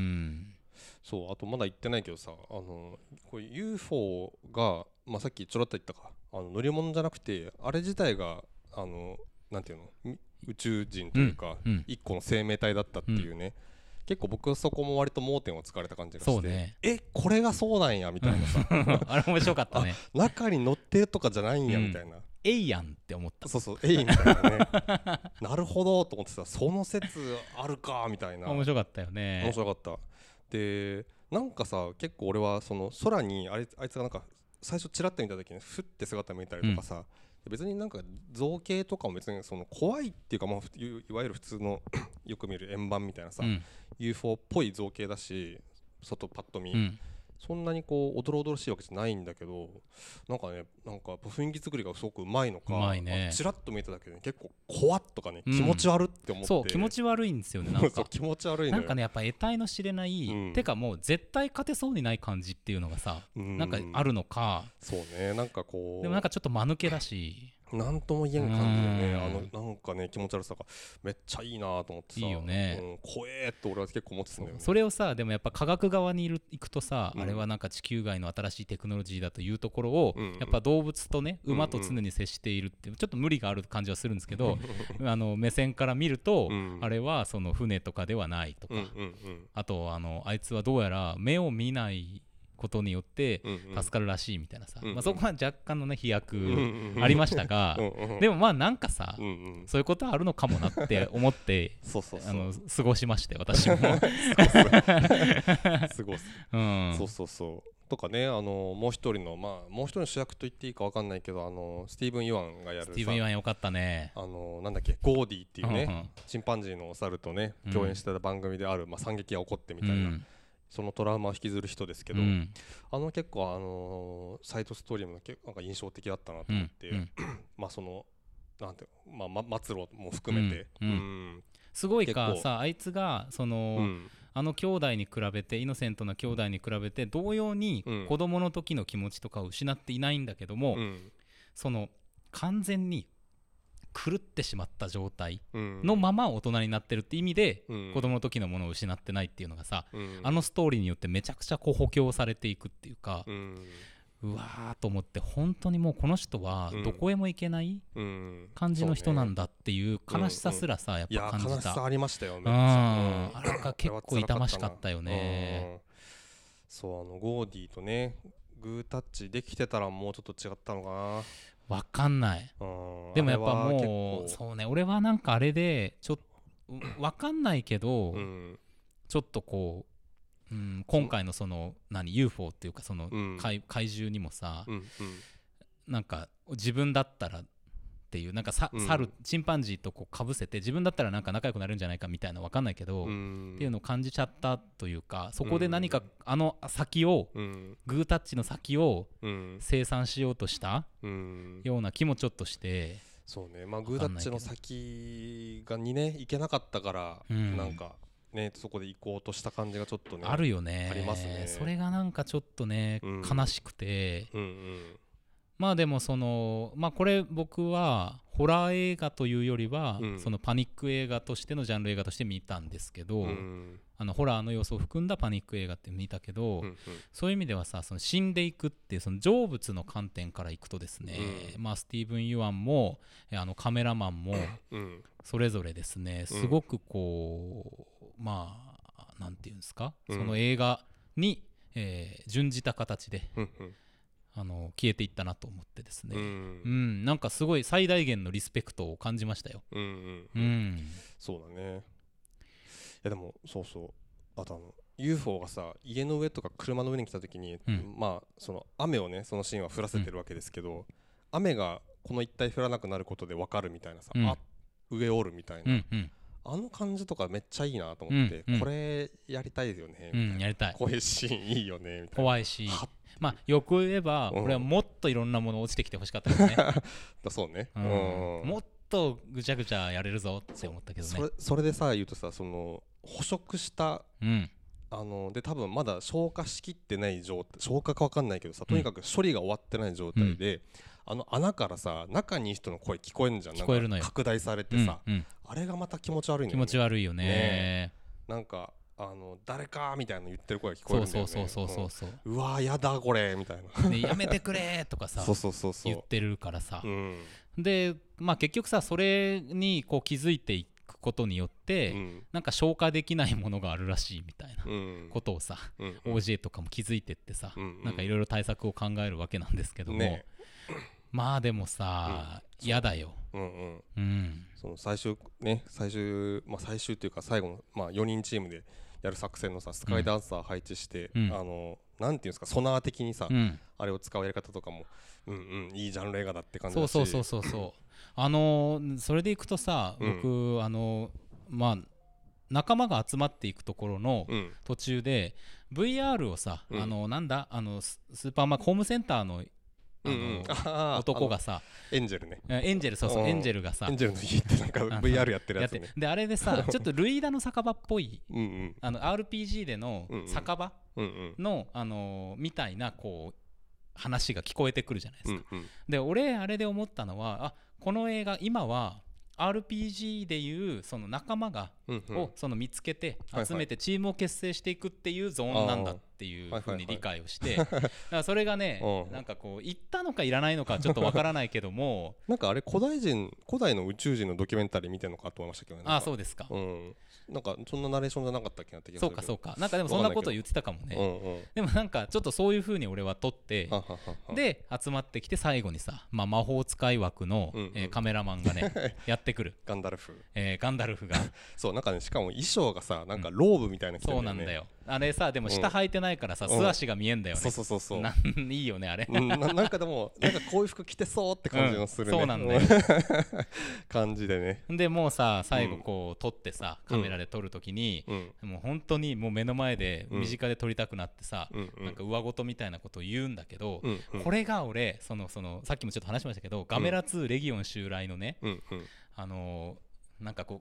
そうあとまだ言ってないけどさあのこう ユーフォー が、まあ、さっきちょろっと言ったかあの乗り物じゃなくてあれ自体があのなんていうの宇宙人というか、うんうん、一個の生命体だったっていうね、うん結構僕はそこも割と盲点をつかれた感じがして、ね、えこれがそうなんやみたいなさあれ面白かったね中に乗ってるとかじゃないんやみたいな、うん、 えいやんって思った。 そうそうえいみたいなねなるほどと思ってさその説あるかみたいな面白かったよね面白かったでなんかさ結構俺はその空にあれあいつがなんか最初チラッと見た時にふって姿見たりとかさ、うん別になんか造形とかも別にその怖いっていうか、まあ、いわゆる普通のよく見る円盤みたいなさ、うん、ユーフォー っぽい造形だし外パッと見、うん、そんなにこうおどろおどろしいわけじゃないんだけどなんかねなんか雰囲気作りがすごくうまいのかうまい、ね、チラッと見えただけで、ね、結構怖っとかね、うん、気持ち悪って思ってそう気持ち悪いんですよねなんかそう気持ち悪いのよなんかねやっぱ得体の知れない、うん、てかもう絶対勝てそうにない感じっていうのがさ、うん、なんかあるのかそうねなんかこうでもなんかちょっと間抜けだしなんとも言えん感じでねあのなんかね気持ち悪さがめっちゃいいなと思ってさいいよね、 うん、怖えって俺は結構思ってたんだよねそ, それをさでもやっぱ科学側にいる行くとさ、うん、あれはなんか地球外の新しいテクノロジーだというところを、うんうん、やっぱ動物とね馬と常に接しているってちょっと無理がある感じはするんですけどあの目線から見ると、うん、あれはその船とかではないとか、うんうんうん、あと あのあいつはどうやら目を見ないことによって助かるらしいみたいなさ、うんうんまあ、そこは若干のね飛躍ありましたが、うんうん、でもまあなんかさ、うんうん、そういうことあるのかもなって思ってそうそうそうあの過ごしまして私も過ごす、うん、そうそうそうとかねあのもう一人のまあもう一人の主役と言っていいか分かんないけどあのスティーブン・ユアンがやるさスティーブン・ユアンよかったねあのなんだっけゴーディっていうね、うんうん、チンパンジーの猿とね共演してた番組である、まあ、惨劇が起こってみたいな、うんそのトラウマを引きずる人ですけど、うん、あの結構あのー、サイドストーリーもなんか印象的だったなと思って、うんうん、まあそのなんてまあ、ま、末路も含めて、うんうん、 すごいかさあいつがその、うん、あの兄弟に比べてイノセントな兄弟に比べて同様に子供の時の気持ちとかを失っていないんだけども、うん、その完全に狂ってしまった状態のまま大人になってるって意味で、うん、子供の時のものを失ってないっていうのがさ、うん、あのストーリーによってめちゃくちゃこう補強されていくっていうか、うん、うわーと思って本当にもうこの人はどこへも行けない感じの人なんだっていう悲しさすらさ、やっぱ感じた。 いや悲しさありましたよね。 あれが結構痛ましかったよね。 そうあのゴーディーとねグータッチできてたらもうちょっと違ったのかな。 わかんない。でもやっぱもうそうね、俺はなんかあれでちょっとわかんないけど、うん、ちょっとこう、うん、今回のその何 ユーフォー っていうかその 怪,、うん、怪獣にもさ、うんうん、なんか自分だったらっていうなんかさ、うん、猿チンパンジーとこうかぶせて自分だったらなんか仲良くなるんじゃないかみたいなわかんないけど、うん、っていうのを感じちゃったというか、そこで何かあの先を、うん、グータッチの先を生産しようとしたような気もちょっとして、 そうね、まあグータッチの先がにねいけなかったから、うん、なんかねそこで行こうとした感じがちょっとねあるよね。 ありますね。 それがなんかちょっとね、うん、悲しくて、うんうん、まあでもそのまあこれ僕はホラー映画というよりは、うん、そのパニック映画としてのジャンル映画として見たんですけど、うん、あのホラーの要素を含んだパニック映画って見たけど、うんうん、そういう意味ではさ、その死んでいくっていうその成仏の観点からいくとですね、うん、まあスティーブン・ユアンもあのカメラマンもそれぞれですね、すごくこうまあなんていうんですか、うん、その映画に、えー、準じた形で、うんうんあの消えていったなと思ってですね、うん、うん、なんかすごい最大限のリスペクトを感じましたよ。うんうんうんうん、 そうだね。いやでもそうそうあとあの ユーフォー がさ家の上とか車の上に来た時に、うん、まあその雨をねそのシーンは降らせてるわけですけど、うん、雨がこの一帯降らなくなることで分かるみたいなさ、うん、あ上おるみたいな、うんうん、あの感じとかめっちゃいいなと思って、うんうん、これやりたいよねみたいな、うん、やりたい、こういうシーンいいよねみたいな、 怖いしまあよく言えば、うん、俺はもっといろんなもの落ちてきてほしかったですねそうね、 うん、もっとぐちゃぐちゃやれるぞって思ったけどね。 それ、それでさ言うとさ、その捕食した、うん、あので多分まだ消化しきってない状態、消化か分かんないけどさ、とにかく処理が終わってない状態で、うん、あの穴からさ中にいい人の声聞こえるんじゃん。 聞こえるのよ。 拡大されてさ、うんうん、あれがまた気持ち悪いのよね。 気持ち悪いよね。ね、 なんかあの誰かみたいな言ってる声が聞こえるんだよね。 そうそうそうそうそう、 うん、うわーやだこれみたいな、 ね、やめてくれとかさそうそうそうそう言ってるからさ、うん、でまあ結局さそれにこう気づいていくことによって、うん、なんか消化できないものがあるらしいみたいなことをさ、うんうん、オージェー とかも気づいてってさ、うんうん、なんかいろいろ対策を考えるわけなんですけども、ね、まあでもさ嫌、うん、だよ、うんうんうん、 その最終ね最終、まあ、最終っていうか最後の、まあ、よにんチームでやる作戦のさスカイダンサー配置して、うん、あのなんていうんですかソナー的にさ、うん、あれを使うやり方とかもうんうんいいジャンル映画だって感じだし、 そうそうそうそうそうあのー、それでいくとさ僕、うん、あのー、まあ仲間が集まっていくところの途中で、うん、ブイアール をさ、うん、あのなんだあのスーパーマーホームセンターのあの、うん、あ男がさエンジェルねエンジェルそうそうエンジェルがさエンジェルの家ってなんか ブイアール やってるやつねであれでさちょっとルイダの酒場っぽいうん、うん、あの アールピージー での酒場の、うんうん、あのみたいなこう話が聞こえてくるじゃないですか、うんうん、で俺あれで思ったのはあこの映画今はアールピージー でいうその仲間が、うんうん、をその見つけて集めてチームを結成していくっていうゾーンなんだっていう風に理解をして、だからそれがねなんかこう言ったのかいらないのかちょっとわからないけどもなんかあれ古代人古代の宇宙人のドキュメンタリー見てるのかと思いましたけどね。 ああそうですか、うん、 なんかそんなナレーションじゃなかったっけなって気がするけど。 そうかそうかなんかでもそんなこと言ってたかもね、うんうん、でもなんかちょっとそういう風に俺は撮ってははははで集まってきて最後にさ、まあ、魔法使い枠の、うんうんえー、カメラマンがねやってくるガンダルフ、 えー、ガンダルフがそうなんかねしかも衣装がさなんかローブみたいな着てるんだよね、うん、そうなんだよあれさでも下履いてないからさ、うん、素足が見えんだよね、うん、 そうそうそうそういいよねあれ、 うん、な, なんかでもなんかこういう服着てそうって感じのするね、うん、そうなんだよ感じでねでもうさ最後こう撮ってさカメラで撮るときに、うん、もう本当にもう目の前で身近で撮りたくなってさ、うん、なんか上事みたいなことを言うんだけど、うんうん、これが俺そのそのさっきもちょっと話しましたけど、うん、ガメラツーレギオン襲来のね、うんうん、あのー、なんかこう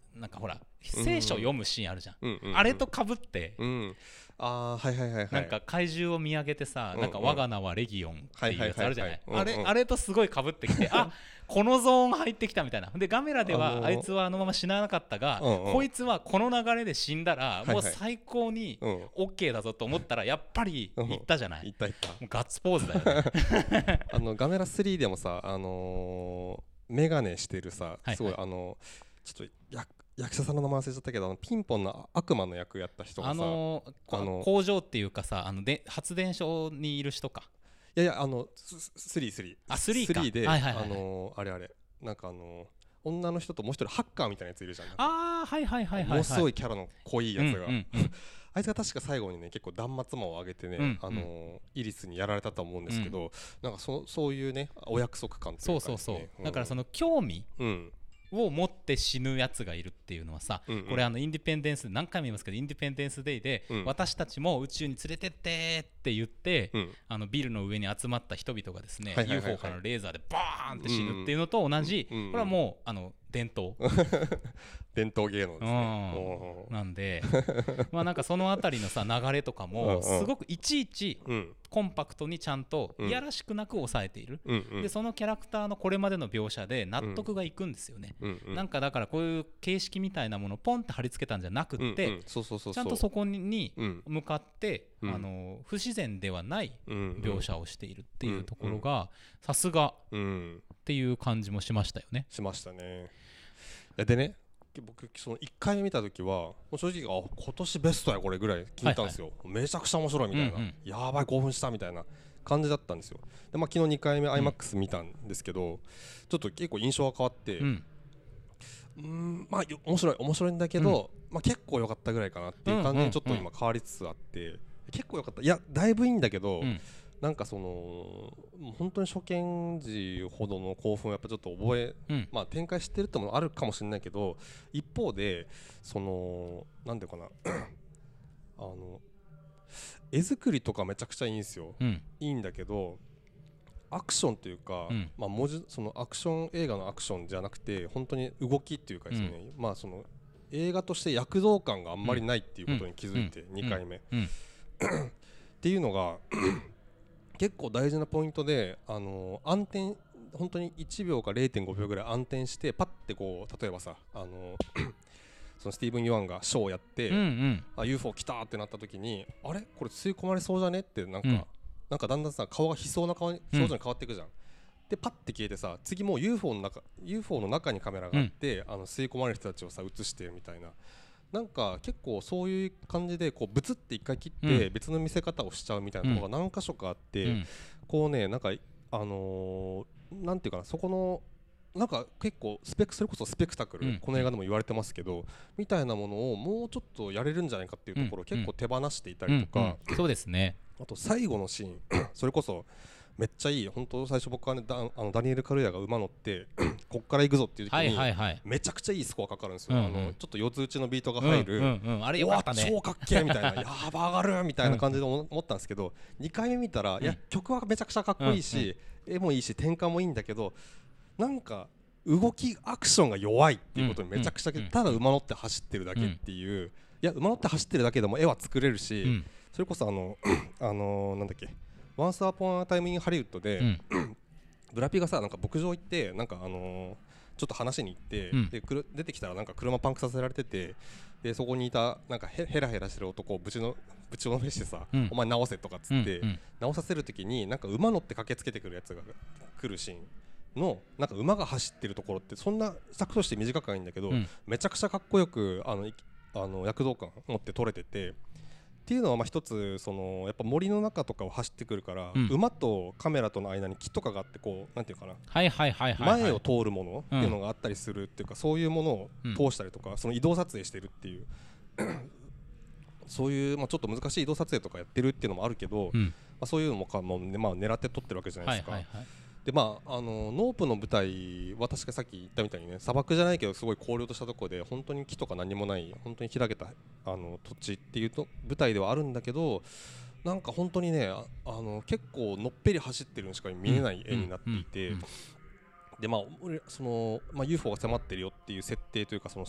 なんかほら聖書読むシーンあるじゃん、うんうんうん、あれとかぶって、 うん、あはいはいはいはい、 なんか怪獣を見上げてさ、うんうん、なんか我が名はレギオンっていうやつあるじゃない、あれあれとすごいかぶってきてあこのゾーン入ってきたみたいな。でガメラではあいつはあのまま死ななかったが、うんうん、こいつはこの流れで死んだらもう最高に OK だぞと思ったらやっぱりいったじゃない、うん、 いったいったもうガッツポーズだよねあのガメラスリーでもさ、あのー、メガネしてるさ、はいはい、すごいあのちょっと役役者さんの名前忘れちゃったけど、ピンポンの悪魔の役やった人がさ、 あのー、あの工場っていうかさ、あので発電所にいる人か。 いやいや、あのスリースリーあスリーかスリーで、はいはいはいはい、あのー、あれあれなんかあのー、女の人ともう一人ハッカーみたいなやついるじゃん。 あーはいはいはいはい、はい、 ものすごいキャラの濃いやつが、うんうんうん、あいつが確か最後にね結構断末魔を上げてね、うんうん、あのー、イリスにやられたと思うんですけど、うん、なんか そ, そういうねお約束感っていうか、ね、 そうそうそう、うん、だからその興味、うんを持って死ぬやつがいるっていうのはさ、うんうん、これあのインディペンデンス何回も言いますけどインディペンデンスデイで、うん、私たちも宇宙に連れてってって言って、うん、あのビルの上に集まった人々がですね、はいはいはいはい、ユーフォー からのレーザーでバーンって死ぬっていうのと同じ、うんうん、これはもうあの伝統伝統芸能ですね、 うん、なんでまあなんかそのあたりのさ流れとかもすごくいちいちコンパクトにちゃんといやらしくなく抑えている、うんうん、でそのキャラクターのこれまでの描写で納得がいくんですよね、うんうん、なんかだからこういう形式みたいなものをポンって貼り付けたんじゃなくってちゃんとそこに向かって、うん、あの不自然ではない描写をしているっていうところがさすがっていう感じもしましたよね。 しましたね。でね、僕そのいっかいめ見た時はもう正直あ今年ベストやこれぐらい聞いたんですよ、はいはい、めちゃくちゃ面白いみたいな、うんうん、やばい興奮したみたいな感じだったんですよ。で、まあ、昨日にかいめ アイマックス 見たんですけど、うん、ちょっと結構印象が変わって、うん、うーんまあ面白い面白いんだけど、うんまあ、結構良かったぐらいかなっていう感じにちょっと今変わりつつあって、うんうんうん、結構良かったいやだいぶいいんだけど、うんなんかその本当に初見時ほどの興奮をやっぱちょっと覚え、うんまあ、展開してるってものあるかもしれないけど一方でそのなんていうかなあの絵作りとかめちゃくちゃいいんですよ、うん、いいんだけどアクションというか、うんまあ、文字そのアクション映画のアクションじゃなくて本当に動きっていうかですね、うんまあ、その映画として躍動感があんまりないっていうことに気づいて、うん、にかいめ、うん、っていうのが結構大事なポイントで、あのー、暗転本当にいちびょうか れいてんごびょうぐらい暗転してパッてこう例えばさ、あのー、そのスティーブン・ユアンがショーをやって、うんうん、あ ユーフォー 来たってなった時にあれこれ吸い込まれそうじゃねってなんか、うん、なんかだんだんさ顔が悲壮な顔に表情に変わっていくじゃん、うん、でパッて消えてさ次もう ユーフォー の中 ユーフォー の中にカメラがあって、うん、あの吸い込まれる人たちをさ映してるみたいななんか結構そういう感じでこうブツって一回切って別の見せ方をしちゃうみたいなところが何箇所かあって、うん、こうねなんかあのー、なんていうかなそこのなんか結構スペクそれこそスペクタクル、うん、この映画でも言われてますけどみたいなものをもうちょっとやれるんじゃないかっていうところを結構手放していたりとか、 うんうんうん、そうですね。 あと最後のシーンそれこそめっちゃいい本当最初僕はねダあのダニエル・カルーヤが馬乗ってこっから行くぞっていう時に、はいはいはい、めちゃくちゃいいスコアかかるんですよ、うんうん、あのちょっと四つ打ちのビートが入る、うんうんうん、あれよかったね超かっけーみたいなやば上がるみたいな感じで思ったんですけどにかいめ見たら、うん、いや曲はめちゃくちゃかっこいいし、うんうん、絵もいいし転換もいいんだけどなんか動きアクションが弱いっていうことにめちゃくちゃ、うんうん、ただ馬乗って走ってるだけっていう、うん、いや馬乗って走ってるだけでも絵は作れるし、うん、それこそあのあのー、なんだっけOnce Upon a Time in Hollywood で、うん、ブラピがさなんか牧場行ってなんかあのー、ちょっと話しに行って、うん、でくる出てきたらなんか車パンクさせられててでそこにいたなんかヘラヘラしてる男をぶちのぶちのめしてさ、うん、お前直せとかっつって、うんうん、直させるときになんか馬乗って駆けつけてくるやつが来るシーンのなんか馬が走ってるところってそんな作として短くないんだけど、うん、めちゃくちゃかっこよくあのあの躍動感持って撮れててっていうのはまあ一つそのやっぱ森の中とかを走ってくるから、うん、馬とカメラとの間に木とかがあってこうなんていうかな、 はいはいはいはいはい、 前を通るものっていうのがあったりするっていうか、うん、そういうものを通したりとか、うん、その移動撮影してるっていうそういうまあちょっと難しい移動撮影とかやってるっていうのもあるけど、うんまあ、そういうのもかも、ねまあ、狙って撮ってるわけじゃないですか、はいはいはいでまあ、あのノープの舞台は確かさっき言ったみたいにね砂漠じゃないけどすごい荒涼としたところで本当に木とか何もない本当に開けたあの土地っていうと舞台ではあるんだけどなんか本当にね あ, あの結構のっぺり走ってるのしか見えない絵になっていて、うんうんうん、でまあその、まあ、ユーフォー が迫ってるよっていう設定というかその、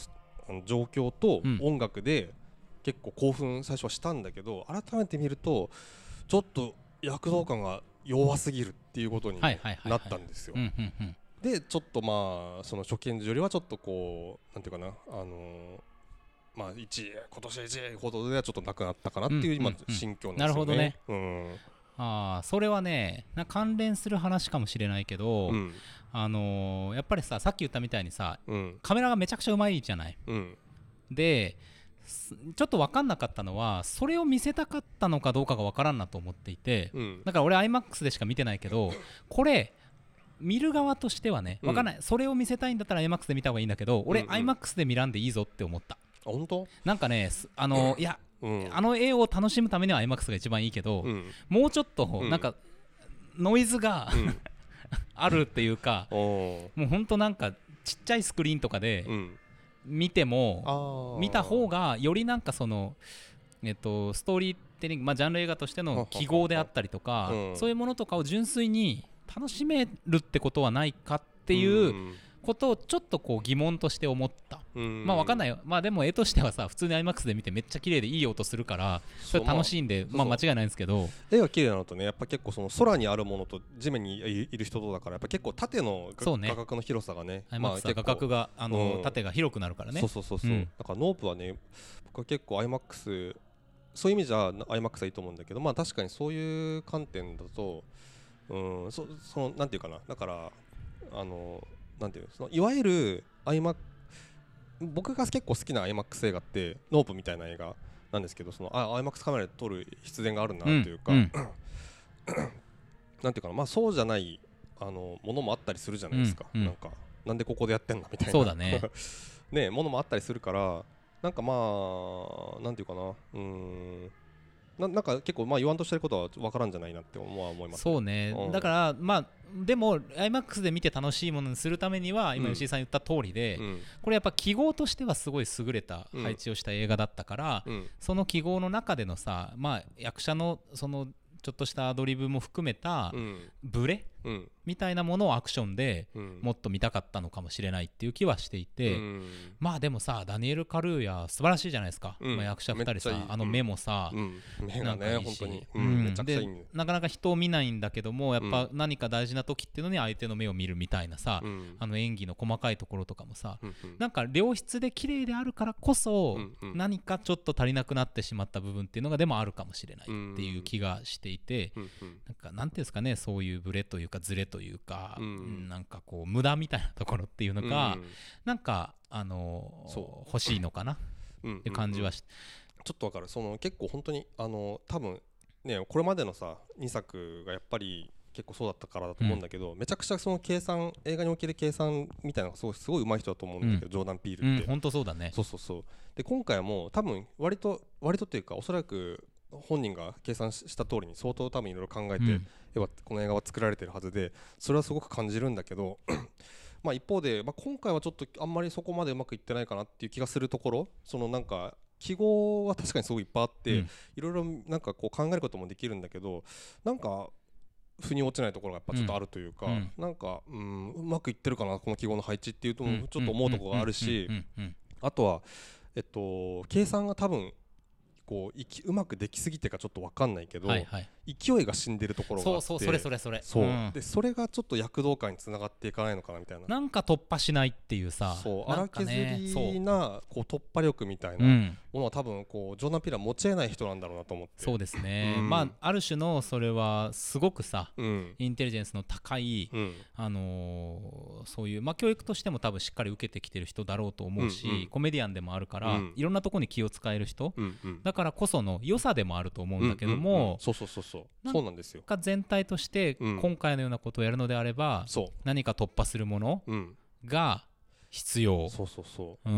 あの状況と音楽で結構興奮最初はしたんだけど、改めて見るとちょっと躍動感が弱すぎるっていうことになったんですよ。でちょっとまあその初見時よりはちょっとこうなんていうかな、あのー、まあいちい今年いちいほどではちょっとなくなったかなっていう今心境なんですよね。 なるほどね。 うん、 あそれはねな関連する話かもしれないけど、うん、あのー、やっぱりささっき言ったみたいにさ、うん、カメラがめちゃくちゃうまいじゃない、うん、でちょっと分かんなかったのはそれを見せたかったのかどうかが分からんなと思っていて、うん、だから俺 アイマックス でしか見てないけどこれ見る側としてはね分かんない、うん、それを見せたいんだったら アイマックス で見た方がいいんだけど俺 アイマックス で見らんでいいぞって思った。 本当？ なんかねあのいやうん、あの絵を楽しむためには アイマックス が一番いいけど、うん、もうちょっとなんかノイズが、うん、あるっていうかもうほんとなんかちっちゃいスクリーンとかで見ても、うん、見た方がよりなんかその、えっと、ストーリーテリング、まあ、ジャンル映画としての記号であったりとか、うん、そういうものとかを純粋に楽しめるってことはないかっていうことをちょっとこう疑問として思った。まあ分かんないよ。まあでも絵としてはさ普通に アイマックス で見てめっちゃ綺麗でいい音するからそれ楽しいんで、まあ間違いないんですけど、 絵が綺麗なのとねやっぱ結構その空にあるものと地面にいる人とだからやっぱ結構縦の画角の広さがねアイマックス は画角があの縦が広くなるからね。 そうそうそうそう。だからノープはね僕は結構 アイマックス そういう意味じゃ アイマックス はいいと思うんだけど、まあ確かにそういう観点だとうんそそのなんていうかな、だからあのなんていうそのいわゆる アイマックス僕が結構好きな アイマックス 映画ってノープみたいな映画なんですけど、そのあ アイマックス カメラで撮る必然があるなというか、うんうん、なんていうかな、まあそうじゃないあのものもあったりするじゃないですか、うんうん、なんかなんでここでやってんだみたいなそうだねねものもあったりするからなんかまあなんていうかなうーんな, なんか結構まあ言わんとしてることは分からんじゃないなって思います、ね、 そうね、うん、だからまあでも アイマックス で見て楽しいものにするためには今吉井さん言った通りで、うん、これやっぱ記号としてはすごい優れた配置をした映画だったから、うん、その記号の中でのさ、まあ、役者のそのちょっとしたアドリブも含めたブレ、うん、みたいなものをアクションでもっと見たかったのかもしれないっていう気はしていて、うん、まあでもさダニエル・カルーヤ素晴らしいじゃないですか、うんまあ、役者ふたりさあの目もさ、うん、 目がね本当に、 うん、めちゃくちゃいいんでなかなか人を見ないんだけどもやっぱ何か大事な時っていうのに相手の目を見るみたいなさ、うん、あの演技の細かいところとかもさ、うんうん、なんか良質で綺麗であるからこそ、うんうん、何かちょっと足りなくなってしまった部分っていうのがでもあるかもしれないっていう気がしていて、うんうん、なんかなんていうんですかねそういうブレというかズレというか、うん、なんかこう無駄みたいなところっていうのが、うん、なんかあのー、欲しいのかなって感じはし、 うんうんうん、ちょっとわかる。その結構本当にあの多分ねこれまでのさにさくがやっぱり結構そうだったからだと思うんだけど、うん、めちゃくちゃその計算映画における計算みたいなのがすごいすごい上手い人だと思うんだけど、うん、ジョーダン・ピールって本当、うん、そうだね。 そうそうそうで今回はもう多分割と割とというかおそらく本人が計算した通りに相当多分いろいろ考えて、うん、この映画は作られてるはずでそれはすごく感じるんだけどまあ一方で、まあ、今回はちょっとあんまりそこまでうまくいってないかなっていう気がするところ、そのなんか記号は確かにすごいいっぱいあって、うん、いろいろなんかこう考えることもできるんだけどなんか腑に落ちないところがやっぱちょっとあるというか、うん、なんか、うん、うまくいってるかなこの記号の配置っていうとちょっと思うところがあるし、あとはえっと計算が多分こういきうまくできすぎてかちょっと分かんないけど、はいはい、勢いが死んでるところがあってそうそうそれそれそれそう、うん、でそれがちょっと躍動感につながっていかないのかなみたいな、 なんか突破しないっていうさそう荒削りなこう突破力みたいなものは多分こうジョーダン・ピールは持ち得ない人なんだろうなと思って。 そうですね、うん、まあある種のそれはすごくさ、うん、インテリジェンスの高い、うん、あのー、そういうまあ教育としても多分しっかり受けてきてる人だろうと思うし、うんうん、コメディアンでもあるから、うん、いろんなところに気を使える人、うんうん、だからこその良さでもあると思うんだけども、うんうんうん、 そうそうそうそうそうなんですよ。 全体として今回のようなことをやるのであれば、うん、何か突破するものが必要、 うん、そうそうそう、うん、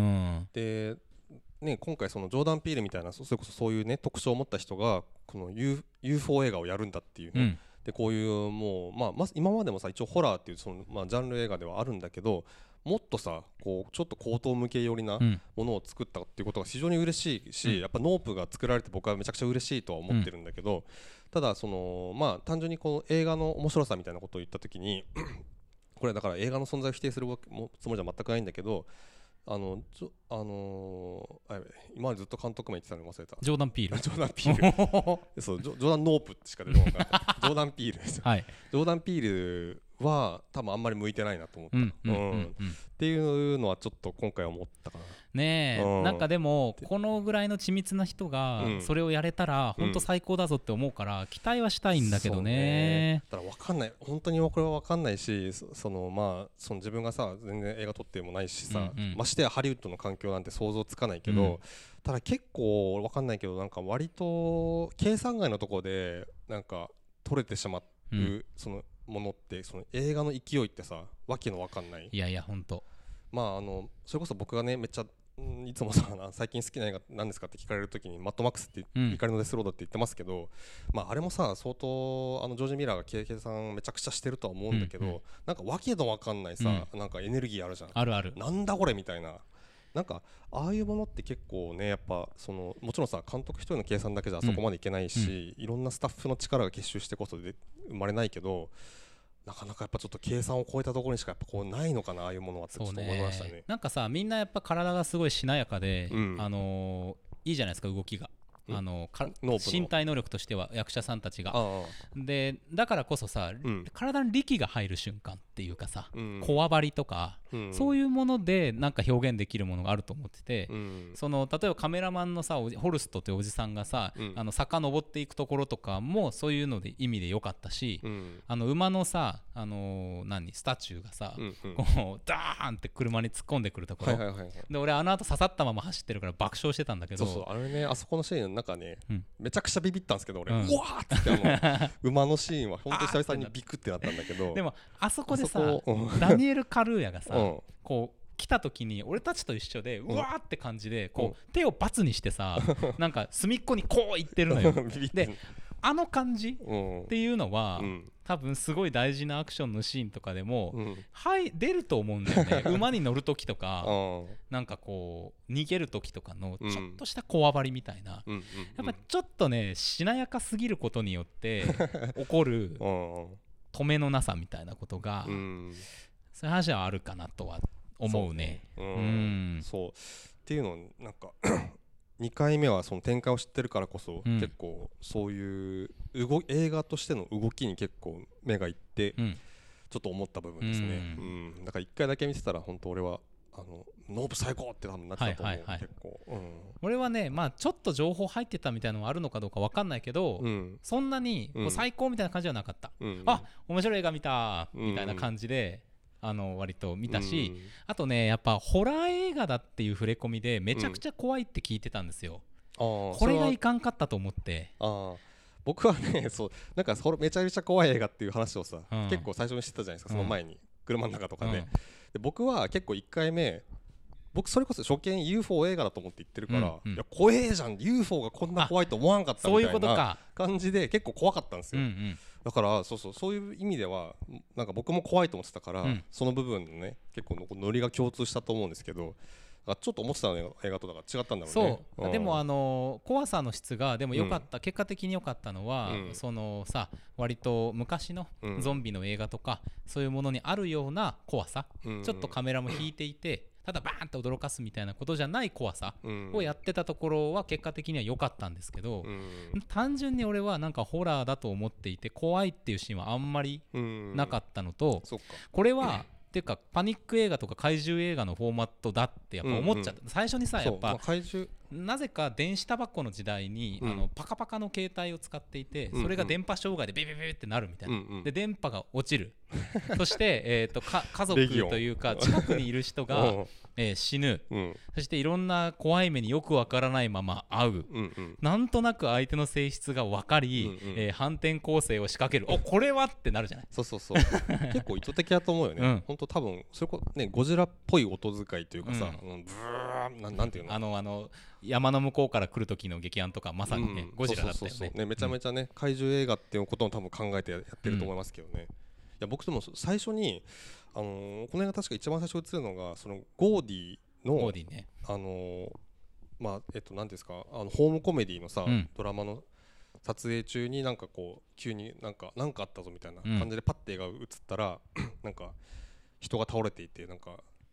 で、ね、今回そのジョーダン・ピールみたいなそれこそそういうね特徴を持った人がこの ユーエフオー 映画をやるんだっていうね、うん、でこういうもう、まあ、ま今までもさ一応ホラーっていうその、まあ、ジャンル映画ではあるんだけどもっとさこうちょっと高等向け寄りなものを作ったっていうことが非常に嬉しいし、うん、やっぱノープが作られて僕はめちゃくちゃ嬉しいとは思ってるんだけど、うん、ただそのまあ単純にこの映画の面白さみたいなことを言った時にこれだから映画の存在を否定するつもりじゃ全くないんだけどあのちょあのー、あ今までずっと監督名言ってたの忘れた。 ジョーダン・ピールジョーダン・ピールそうジョ、ジョーダン・ノープしか出てこなかったジョーダン・ピールです、 はい、 ジョーダン・ピールは多分あんまり向いてないなと思った、うんうんうんうん、っていうのはちょっと今回思ったかなねえ、うん、なんかでもこのぐらいの緻密な人がそれをやれたら本当最高だぞって思うから期待はしたいんだけどね。 だから分かんない本当にこれは分かんないし、そのまあその自分がさ全然映画撮ってもないしさ、うんうん、ましてやハリウッドの環境なんて想像つかないけど、うん、ただ結構分かんないけどなんか割と計算外のところでなんか撮れてしまう、うん、そのものってその映画の勢いってさわけの分かんない。 いやいや本当まああのそれこそ僕がねめっちゃいつもさ最近好きな映画何ですかって聞かれるときにマッドマックスって、うん、怒りのデスロードって言ってますけど、まあ、あれもさ相当あのジョージ・ミラーが計算めちゃくちゃしてるとは思うんだけど、うんうん、なんかわけのわかんないさ、うん、なんかエネルギーあるじゃん。 あるある。 なんだこれみたいな。なんかああいうものって結構ねやっぱそのもちろんさ監督一人の計算だけじゃあそこまでいけないし、うん、いろんなスタッフの力が結集してこそで生まれないけどなかなかやっぱちょっと計算を超えたところにしかやっぱこうないのかなああいうものはってちょっと思いましたね。 ねなんかさみんなやっぱ体がすごいしなやかで、うん、あのー、いいじゃないですか動きが。あのか身体能力としては役者さんたちがでだからこそさ、うん、体に力が入る瞬間っていうかさ、うん、こわばりとか、うん、そういうものでなんか表現できるものがあると思ってて、うん、その例えばカメラマンのさホルストっていうおじさんがさ、うん、あの坂登っていくところとかもそういうので意味で良かったし、うん、あの馬のさ、あのー、何スタチューがさ、うんうん、こうダーンって車に突っ込んでくるところ、はいはいはいはい、で俺あの後刺さったまま走ってるから爆笑してたんだけど、 そうそうあれねあそこのシーンなんかね、うん、めちゃくちゃビビったんですけど俺、うん、うわーってあの馬のシーンは本当久々にビクってなったんだけどでもあそこでさダニエル・カルーヤがさ、うん、こう来た時に俺たちと一緒でうわーって感じでこう手をバツにしてさなんか隅っこにこういってるのよであの感じっていうのは、うん、多分すごい大事なアクションのシーンとかでも、うん、はい出ると思うんだよね馬に乗る時とかなんかこう逃げる時とかのちょっとしたこわばりみたいな、うん、やっぱちょっとねしなやかすぎることによって起こる止めのなさみたいなことが、うん、そういう話はあるかなとは思うね。 そう、うんうん、そうっていうのなんかにかいめはその展開を知ってるからこそ、うん、結構そういう動映画としての動きに結構目がいって、うん、ちょっと思った部分ですね、うんうん、だからいっかいだけ見てたら本当俺はあのノープ最高って多分なってたと思う、はいはいはい、結構、うん、 俺はね、まあ、ちょっと情報入ってたみたいなのはあるのかどうか分かんないけど、うん、そんなにこう最高みたいな感じはなかった、うん、あ面白い映画見たみたいな感じで、うん、あの割と見たし、うん、あとねやっぱホラー映画だっていう触れ込みでめちゃくちゃ怖いって聞いてたんですよ、うん、これがいかんかったと思って。 あ僕はねそうなんかめちゃめちゃ怖い映画っていう話をさ、うん、結構最初に知ってたじゃないですか、その前に、うん、車の中とかで、うん、で僕は結構いっかいめ僕それこそ初見 ユーフォー 映画だと思って言ってるから、うんうん、いや怖えじゃん ユーフォー がこんな怖いと思わんかったみたいな感じで結構怖かったんですよ、うんうん、だからそうそうそういう意味ではなんか僕も怖いと思ってたから、うん、その部分のね結構のノリが共通したと思うんですけどちょっと思ってた映画とだから違ったんだろうね。 そう、うん、でもあの怖さの質がでも良かった、うん、結果的に良かったのは、うん、そのさ割と昔のゾンビの映画とか、うん、そういうものにあるような怖さ、うん、ちょっとカメラも引いていてただバーンと驚かすみたいなことじゃない怖さをやってたところは結果的には良かったんですけど、うん、単純に俺はなんかホラーだと思っていて怖いっていうシーンはあんまりなかったのと、うん、これはっていうかパニック映画とか怪獣映画のフォーマットだってやっぱ思っちゃった、うんうん、最初にさやっぱ、まあ、怪獣なぜか電子タバコの時代に、うん、あのパカパカの携帯を使っていて、うんうん、それが電波障害でビビビビってなるみたいな、うんうん、で電波が落ちるそして、えー、とか家族というか近くにいる人が、えー、死ぬ、うん、そしていろんな怖い目によくわからないまま会う、うんうん、なんとなく相手の性質が分かり、うんうんえー、反転攻勢を仕掛けるおこれはってなるじゃない。 そうそうそう結構意図的だと思うよね、うん、本当多分それこねゴジラっぽい音遣いというかさ、うん、ブーな、なんていうのあのあの山の向こうから来る時の劇案とかまさにね、うん、ゴジラだったよね。 そうそうそうねめちゃめちゃね、うん、怪獣映画っていうことを多分考えてやってると思いますけどね、うん、いや僕でも最初に、あのー、この映画確か一番最初に映るのがそのゴーディのゴーディねあのー、まあえっと何ですかあのホームコメディのさ、うん、ドラマの撮影中になんかこう急になんかなんかあったぞみたいな感じでパッて映画が映ったら、うん、なんか人が倒れていてなんか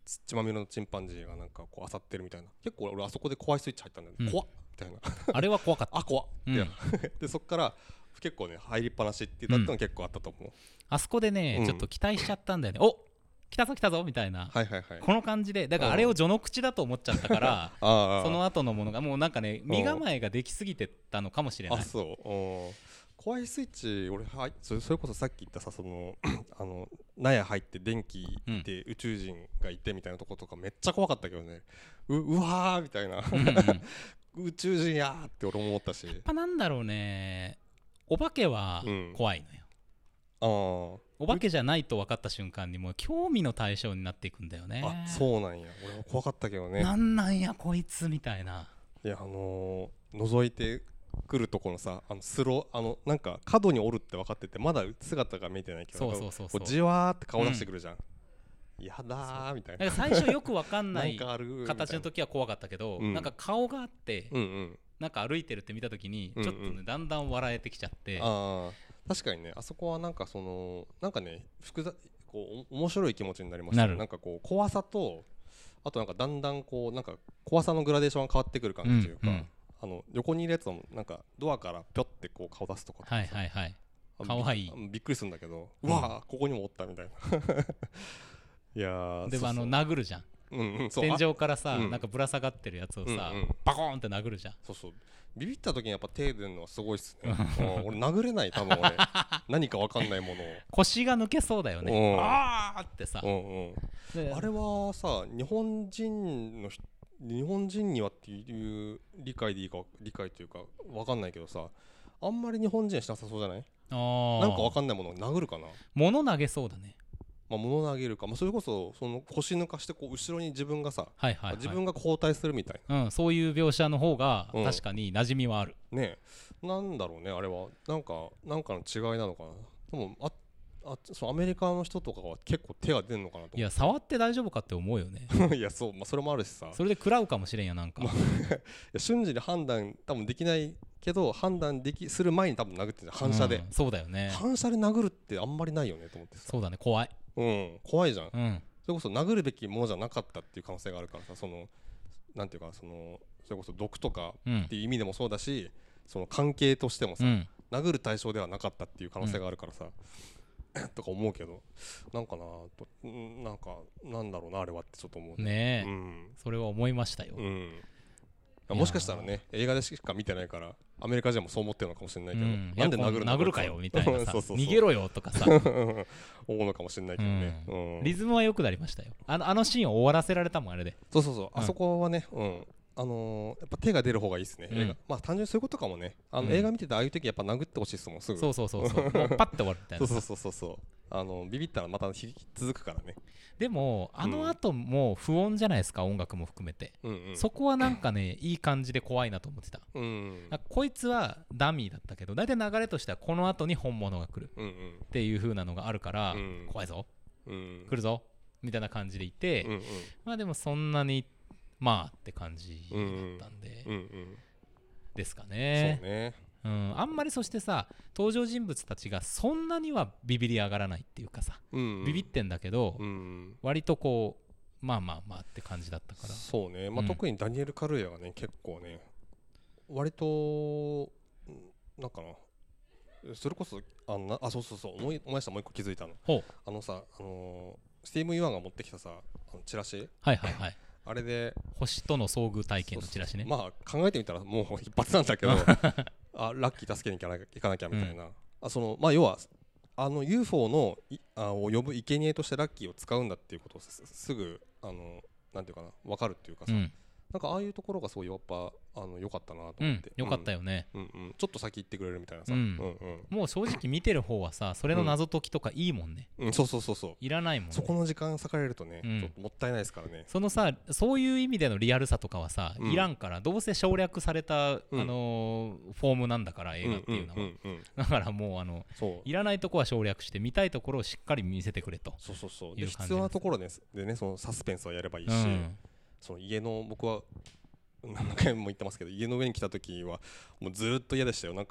血まみれのチンパンジーがなんかこう漁ってるみたいな。結構俺あそこで怖いスイッチ入ったんだよ、うん、怖っみたいなあれは怖かったあ怖っ、うん、でそっから結構ね入りっぱなしって言ったの結構あったと思う、うん、 あそこでね、うん、ちょっと期待しちゃったんだよね。お来たぞ来たぞみたいな、 はいはいはい、 この感じでだからあれを序の口だと思っちゃったからその後のものがもうなんかね身構えができすぎてたのかもしれない。 あそう怖いスイッチ俺はそれ、それこそさっき言ったさそのあの納屋入って電気で宇宙人がいてみたいなとことかめっちゃ怖かったけどね。 う, うわーみたいな宇宙人やーって俺も思ったし、やっぱなんだろうね、お化けは怖いのよ、うん、あお化けじゃないと分かった瞬間にもう興味の対象になっていくんだよね。 あそうなんや、俺も怖かったけどね。 なんなんやこいつみたいな。 いやあのー、覗いて来るところさ、あのスロあのなんか角におるって分かっててまだ姿が見えてないけど、 そうそうそうそう、 じわーって顔出してくるじゃん、うん、やだーみたいな。 なんか最初よく分かんない形の時は怖かったけど、うん、なんか顔があって、うんうん、なんか歩いてるって見た時にちょっとね、うんうん、だんだん笑えてきちゃって、 あ確かにねあそこはなんかそのなんかね複雑こう面白い気持ちになりましたね。なんかこう怖さとあとなんかだんだんこうなんか怖さのグラデーションが変わってくる感じというか、うんうん、あの横にいるやつもなんかドアからピョってこう顔出すとかはいはいはいかわいいび, びっくりするんだけど、うん、うわーここにもおったみたいないやーでもあの殴るじゃん、うんうん、天井からさ、うん、なんかぶら下がってるやつをさ、うんうん、バコーンって殴るじゃん。 そうそうビビった時にやっぱ手出るのはすごいっすね俺殴れない多分俺何か分かんないものを腰が抜けそうだよね、うん、あーってさ、うんうん、あれはさ日本人の人日本人にはっていう理解でいいか理解というか分かんないけどさあんまり日本人はしなさそうじゃない？あなんか分かんないものを殴るかな。 物投げそうだね。 まあ、物投げるか、まあ、それこそその腰抜かしてこう後ろに自分がさ、はいはいはい、自分が後退するみたいな、 うん、そういう描写の方が確かに馴染みはある、 うん、ねえなんだろうねあれはなんかなんかの違いなのかな。でもああそのアメリカの人とかは結構手が出るのかなと思って。 いや触って大丈夫かって思うよねいやそう、まあ、それもあるしさそれで食らうかもしれんやなんか、まあ、いや瞬時に判断多分できないけど判断できする前に多分殴ってる反射で、うん、 そうだよね。 反射で殴るってあんまりないよねと思ってさ。 そうだね怖い、 うん、怖いじゃん、うん、それこそ殴るべきものじゃなかったっていう可能性があるからさそのなんていうかそのそれこそ毒とかっていう意味でもそうだし、うん、その関係としてもさ、うん、殴る対象ではなかったっていう可能性があるからさ、うん、とか思うけどなんかなとなんかなんだろうなあれはってちょっと思うねえ、うん、それは思いましたよ、うん、 もしかしたらね映画でしか見てないからアメリカ人もそう思ってるのかもしれないけど、うん、なんで殴るんだ殴るかよみたいなさそうそうそう逃げろよとかさ思うのかもしれないけどね、 うんうん、リズムは良くなりましたよ。あの、あのシーンを終わらせられたもんあれで。 そうそうそう、うん、あそこはね、うんあのー、やっぱ手が出る方がいいですね、うん、映画まあ単純にそういうことかもねあの、うん、映画見ててああいう時やっぱ殴ってほしいっすもんすぐ。 そうそうそうそうもうパッて終わるみたいなそうそうそうそうあのビビったらまた続くからね。 でもあの後も不穏じゃないですか、音楽も含めて、うんうん、そこはなんかねいい感じで怖いなと思ってた、うん、こいつはダミーだったけど大体流れとしてはこの後に本物が来るっていう風なのがあるから、うん、怖いぞ、うん、来るぞみたいな感じでいて、うんうん、まあでもそんなにまあって感じだったんで、うんうん、ですかね。そうねうん、あんまりそしてさ登場人物たちがそんなにはビビり上がらないっていうかさ、うんうん、ビビってんだけど、うん、割とこうまあまあまあって感じだったから。 そうね、まあうん、特にダニエル・カルーヤがね結構ね割となんかなそれこそあのあそうそうそう思い思い出したもう一個気づいたのあのさ、あのー、スティーブン・ユアンが持ってきたさあのチラシはいはいはいあれで星との遭遇体験のチラシね。 そうそうまあ考えてみたらもう一発なんだけどあラッキー助けに行かなきゃ行かなきゃみたいな、うん、あそのまあ要はあの ユーフォー のあを呼ぶ生贄としてラッキーを使うんだっていうことを す, すぐあのなんていうかな分かるっていうかさ、うん、なんかああいうところがすごいやっぱあの良かったなと思って、 うん、よかったよね、 うんうんうん、ちょっと先行ってくれるみたいなさ、うんうんうん、もう正直見てる方はさそれの謎解きとかいいもんね、 うんうん、そうそうそうそういらないもんね。 そこの時間割かれるとね、うん、ちょっともったいないですからね。 そのさそういう意味でのリアルさとかはさ、うん、いらんからどうせ省略された、うん、あのー、フォームなんだから映画っていうのは、うんうんうんうん、だからもうあのいらないとこは省略して見たいところをしっかり見せてくれと。 そうそうそうで必要なところで、でねそのサスペンスはやればいいし、うん、その家の僕は何回も言ってますけど家の上に来た時はもうずっと嫌でしたよ。なんか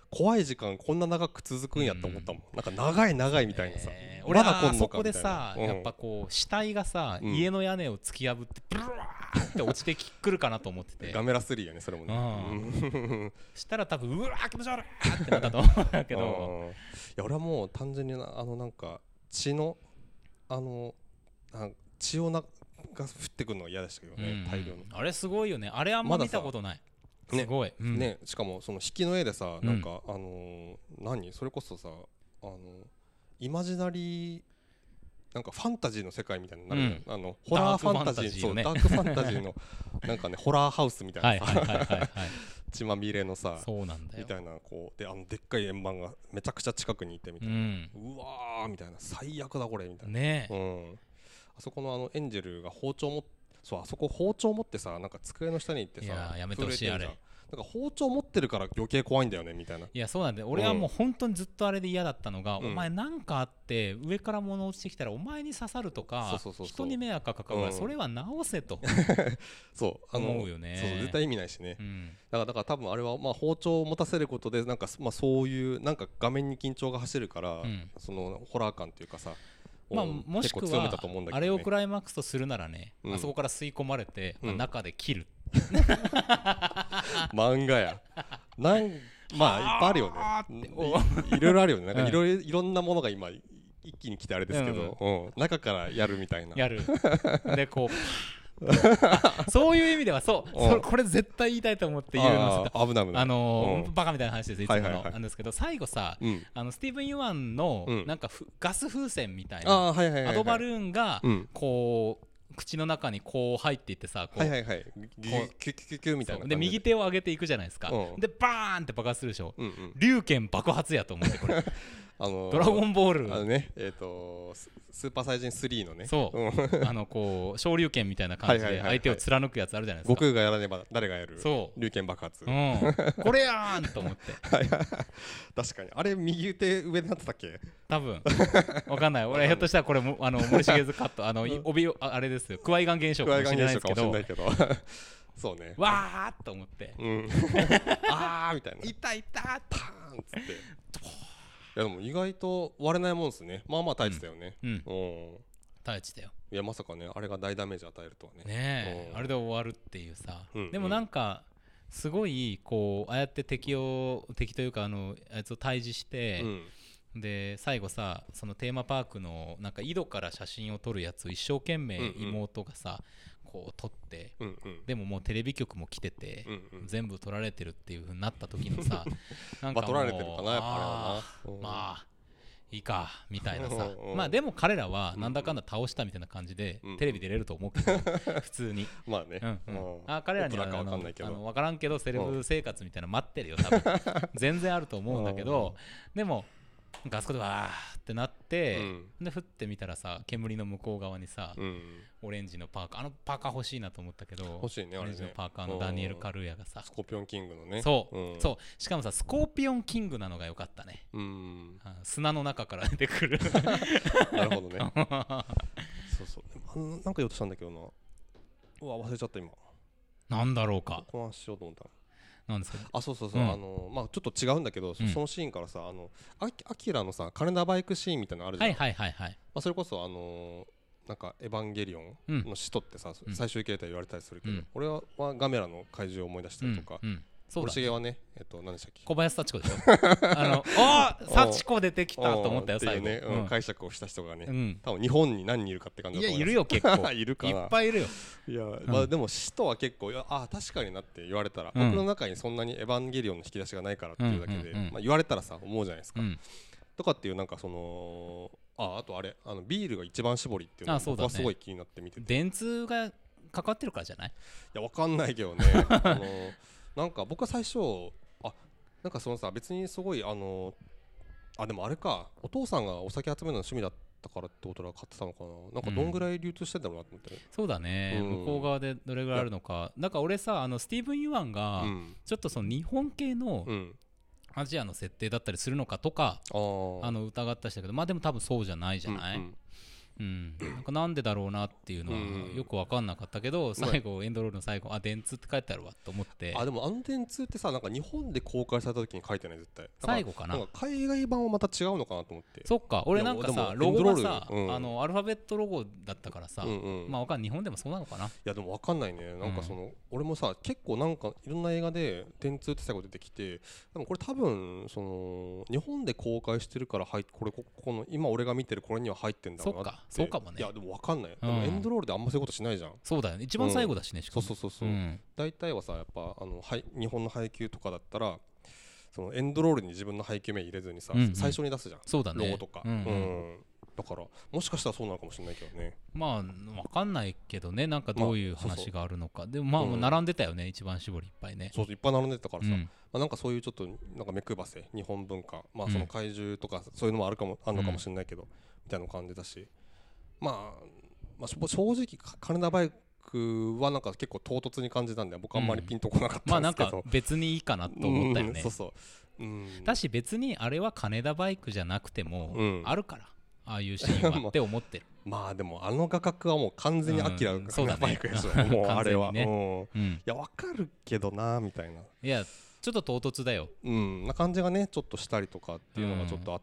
怖い時間こんな長く続くんやと思ったもん、うん、なんか長い長いみたいなさ、 えー、俺はあそこでさ、うん、やっぱこう死体がさ、うん、家の屋根を突き破ってブルーって落ちてくるかなと思っててガメラスリーやねそれもね、 うん、したら多分うわー気持ち悪いってなったと思うんだけどいや俺はもう単純になあのなんか血のあのなん血をなが降ってくるのが嫌でしたけどね、うん、大量のあれすごいよねあれあんま見たことないすごい、 ねうんね、しかもその引きの絵でさ、うん、なんかあのー、何それこそさあのイマジナリーなんかファンタジーの世界みたいになる、うん、あのホラーファンタジー、そうダークファンタジーのなんかねホラーハウスみたいなさ血まみれのさそうなんだよみたいなこうであのでっかい円盤がめちゃくちゃ近くにいてみたいな、うん、うわーみたいな最悪だこれみたいなね、 うん、あそこのあのエンジェルが包丁持ってそうあそこ包丁持ってさなんか机の下に行ってさいややめてほしいあれなんか包丁持ってるから余計怖いんだよねみたいないやそうなんだよ俺はもう本当にずっとあれで嫌だったのが、うん、お前なんかあって上から物落ちてきたらお前に刺さるとかそうそうそうそう人に迷惑がかかるから、うん、それは直せとそうあの思うよねそう絶対意味ないしね、 うん、 だからだから多分あれはまあ包丁を持たせることでなんか、まあ、そういうなんか画面に緊張が走るから、うん、そのホラー感というかさまあ、もしくは、ね、あれをクライマックスとするならね、うん、あそこから吸い込まれて、うんまあ、中で切る漫画やなんまあいっぱいあるよね い, いろいろあるよねなんかいろいろいろんなものが今一気に来てあれですけど、うんうん、中からやるみたいなやるでこうそういう意味ではそうそれこれ絶対言いたいと思って言うのあ危ない危ないあのー、バカみたいな話ですいつもの、はいはいはい、なんですけど最後さ、うん、あのスティーブン・ユアンのなんかふ、うん、ガス風船みたいな あ,、はいはいはいはい、アドバルーンがこう、うん、口の中にこう入っていってさこう、 はいはいはい、キュキュキュキュみたいなで右手を上げていくじゃないですか、うん、でバーンって爆発するでしょ、うんうん、龍拳爆発やと思ってこれあのー、ドラゴンボールあのねえっ、ー、とスーパーサイジンスリーのねそう、うん、あのこう昇竜拳みたいな感じで相手を貫くやつあるじゃないですか悟空がやらねば誰がやるそう龍拳爆発、 うん、これやーんと思って確かにあれ右手上になってたっけ多分わかんない俺ひょっとしたらこれもあの森重図カットあの帯ああれですよクワイガン現象かもしれないですけどそうねわーっと思って、うん、 あーみたいな痛い痛いパーンっつっていやでも意外と割れないもんですねまあまあ耐えてたよね、うんうん、 耐えてたよいやまさかねあれが大ダメージ与えるとはねねえ、うん、あれで終わるっていうさ、うん、でもなんかすごいこうああやって敵を敵というかあのあいつを退治して、うん、で最後さそのテーマパークのなんか井戸から写真を撮るやつを一生懸命妹がさ、うんうんこう撮って、うんうん、でももうテレビ局も来てて、うんうん、全部撮られてるっていう風になった時のさなんかもう、 まあ、撮られてるかなやっぱりな、うん、まあいいかみたいなさまあでも彼らはなんだかんだ倒したみたいな感じで、うんうん、テレビ出れると思うけど普通にまあね、うんうん、あ彼らにはあのあの分からんけどセレブ生活みたいなの待ってるよ多分全然あると思うんだけどでもガスコでわーってなって、うん、で降ってみたらさ煙の向こう側にさ、うん、オレンジのパーカーあのパーカー欲しいなと思ったけど欲しいねオレンジのパーカーのダニエル・カルーヤがさスコーピオンキングのねそう、うん、そうしかもさスコーピオンキングなのが良かったね、うん、砂の中から出てくるなるほどねそうそうなんか言おうとしたんだけどなうわ忘れちゃった今なんだろうかこの話しようと思ったなんですかあそうそうそう、うん、あのまあちょっと違うんだけど、うん、そのシーンからさあのアキラのさ金田バイクシーンみたいなのあるじゃん、 はいはいはいはい、 まあ、それこそあのー、なんかエヴァンゲリオンの使徒ってさ、うん、最終形態言われたりするけど、うん、俺はガメラの怪獣を思い出したりとか、うんうんそうだね、森重はね、えっと、何でしたっけ小林幸子でしょあのあ幸子出てきたと思ったよ最後っていうね、うん、解釈をした人がね、うん、多分日本に何人いるかって感じだと思いますいやいるよ結構いるかないっぱいいるよいや、うんまあ、でも使徒は結構あ確かになって言われたら、うん、僕の中にそんなにエヴァンゲリオンの引き出しがないからっていうだけで、うんうんうんまあ、言われたらさ思うじゃないですか、うん、とかっていうなんかそのああとあれあのビールが一番搾りっていうのが僕はすごい気になって見てて、 ね、電通がかかってるからじゃない？いやわかんないけどねあのなんか僕は最初あなんかそのさ別にすごいあのあでもあれかお父さんがお酒集めるの趣味だったからってことで買ってたのかななんかどんぐらい流通してんだろうなと思って、ねうん、そうだね、うん、向こう側でどれぐらいあるのかなんか俺さあのスティーブン・ユアンがちょっとその日本系のアジアの設定だったりするのかとか、うん、あの疑ったりしたけどまあでも多分そうじゃないじゃない、うんうんうん、なんかなんでだろうなっていうのはよく分かんなかったけど、最後エンドロールの最後あ電通って書いてあるわと思って。 あでもあの電通ってさなんか日本で公開された時に書いてない絶対最後かな。 なんか海外版はまた違うのかなと思って。 そっか俺なんかさロゴがさ、うん、あのアルファベットロゴだったからさ、うんうん、まあわかんない日本でもそうなのかな。いやでもわかんないね。なんかその、うん、俺もさ結構なんかいろんな映画で電通って最後出てきて、でもこれ多分その日本で公開してるから入これここの今俺が見てるこれには入ってんだろうなって。 そっかそうかもね。 いやでもわかんない。でもエンドロールであんまそういうことしないじゃん。 そうだよね一番最後だしね、うん、しかもそうそうそうそう、うん、大体はさやっぱあのはい日本の配給とかだったらそのエンドロールに自分の配給名入れずにさ、うんうん、最初に出すじゃん。 そうだねロゴとか、うんうんうん、だからもしかしたらそうなのかもしれないけどね。 まあ分かんないけどねなんかどういう話があるのか、まあ、そうそうでもまあ、うん、並んでたよね一番搾りいっぱいね。 そうそういっぱい並んでたからさ、うんまあ、なんかそういうちょっとなんか目配せ日本文化まあその怪獣とかそういうのもあるかもあるのかもしれないけど、うん、みたいな感じだし、まあ、まあ正直金田バイクはなんか結構唐突に感じたんで僕あんまりピンとこなかったんですけど、うん、まあなんか別にいいかなと思ったよね、 うん、そうそう、 うん、だし別にあれは金田バイクじゃなくてもあるから、うん、ああいうシーンはって思ってるまあでもあの画角はもう完全にアキラ金田バイクでしょ、うん、もうあれは、ねうん、いやわかるけどなみたいな。 いやちょっと唐突だようんな感じがねちょっとしたりとかっていうのがちょっとあって、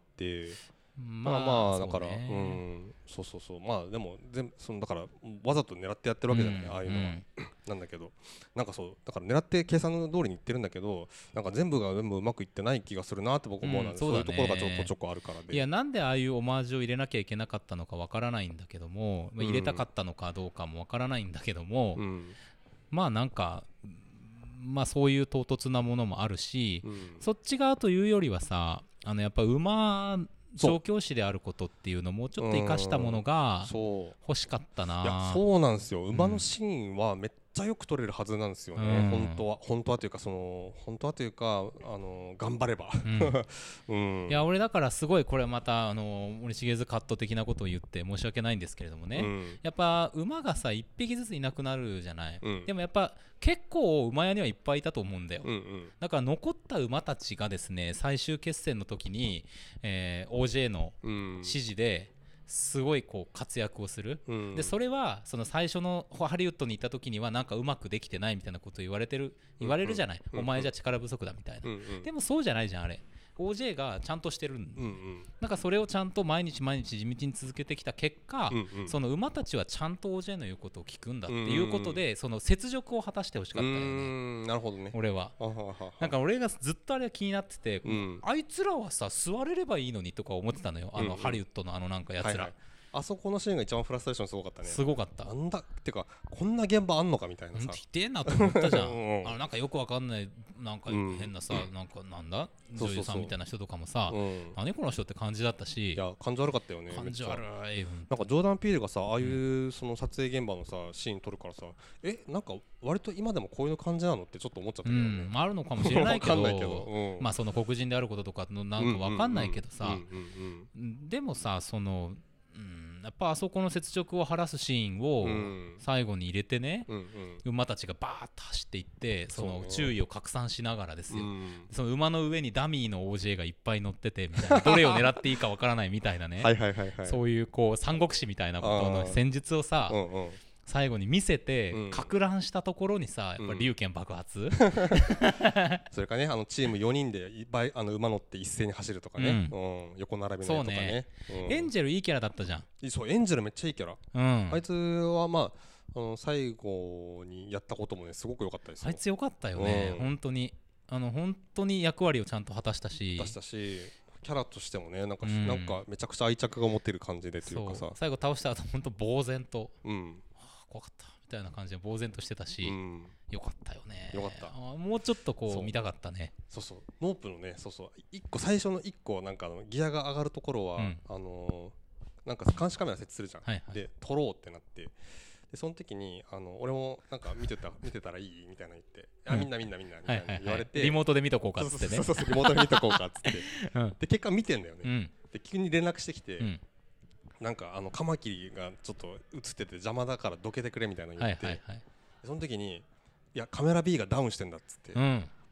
うん、まあまあだから そう,、うん、そうそうそうまあでも全そのだからわざと狙ってやってるわけじゃない、うん、ああいうのは、うん、なんだけどなんかそうだから狙って計算の通りにいってるんだけどなんか全部が全部うまくいってない気がするなって僕思うので、うん、そういうところがちょっとちょこあるからで。 いやなんでああいうオマージュを入れなきゃいけなかったのかわからないんだけども、まあ、入れたかったのかどうかもわからないんだけども、うん、まあなんかまあそういう唐突なものもあるし、うん、そっち側というよりはさあのやっぱ馬調教師であることっていうのをもうちょっと生かしたものが欲しかったな。 いやそうなんですよ馬のシーンはめっちゃよく撮れるはずなんですよね、うん、本当は本当はというかその本当はというかあの頑張れば、 うんうん、いや俺だからすごいこれまたあの森重津カット的なことを言って申し訳ないんですけれどもね、うん、やっぱ馬がさいっぴきずついなくなるじゃない、うん、でもやっぱ結構馬屋にはいっぱいいたと思うんだよ、うんうん、だから残った馬たちがですね最終決戦の時に、えー、オージェー の指示ですごいこう活躍をする、うん、でそれはその最初のハリウッドに行った時にはなんかうまくできてないみたいなことを言われてる言われるじゃない、うんうん、お前じゃ力不足だみたいな、うんうん、でもそうじゃないじゃんあれオージェー がちゃんとしてるん、うんうん、なんかそれをちゃんと毎日毎日地道に続けてきた結果、うんうん、その馬たちはちゃんと オージェー の言うことを聞くんだっていうことで、うんうん、その雪辱を果たしてほしかったよね。 うんなるほどね俺はなんか俺がずっとあれが気になってて、うん、あいつらはさ座れればいいのにとか思ってたのよあの、うんうん、ハリウッドのあのなんかやつら、はいはいあそこのシーンが一番フラストレーションすごかったね。 すごかった。 なんだってかこんな現場あんのかみたいなさ。 ひてえなと思ったじゃん。うん、あなんかよくわかんないなんか変なさ、うん、なんかなんだ女優さんみたいな人とかもさ、うん、何この人って感じだったし。 いや感じ悪かったよね。 感じ悪い。 なんかジョーダン・ピールがさああいうその撮影現場のさシーン撮るからさ、えなんか割と今でもこういう感じなのってちょっと思っちゃったけどね。 うん、あるのかもしれないけど、けどうん、まあその黒人であることとかのなんかわかんないけどさ、でもさその。うん、やっぱあそこの雪辱を晴らすシーンを最後に入れてね、うんうん、馬たちがバーッと走っていってその注意を拡散しながらですよ、うん、その馬の上にダミーの オージェー がいっぱい乗っててみたいなどれを狙っていいかわからないみたいなねそういうこう三国志みたいなことの戦術をさ、うんうん最後に見せてか乱したところにさ、うん、やっぱ龍拳爆発、うん、 それかねあのチームよにんでいっぱいあの馬乗って一斉に走るとかね、うんうん、横並びのやつとかね、 うん、エンジェルいいキャラだったじゃん。 そうエンジェルめっちゃいいキャラ、うん、あいつはまあ、あの最後にやったこともねすごく良かったですよ。 あいつ良かったよね、うん、本当にあの本当に役割をちゃんと果たしたし果たしたしキャラとしてもねなんか、うん、なんかめちゃくちゃ愛着が持ってる感じでというかさ最後倒した後本当呆然と、うん怖かったみたいな感じで呆然としてたし、うん、よかったよね。 よかったもうちょっとこう見たかったね。 そうそうノープのねそうそう一個最初の一個なんかのギアが上がるところは、うん、あのー、なんか監視カメラ設置するじゃん、はいはい、で撮ろうってなってでその時にあの俺もなんか見てた見てたらいいみたいな言って、うん、あみんなみんなみんなみたいな言われて、はいはいはい、 リモートで見とこうかっつってねそうそうそうリモートで見とこうかっつって、うん、で結果見てんだよね、うん、で急に連絡してきて、うんなんかあのカマキリがちょっと映ってて邪魔だからどけてくれみたいなの言って、はいはいはい、その時にいやカメラ B がダウンしてんだっつって、うん、あっ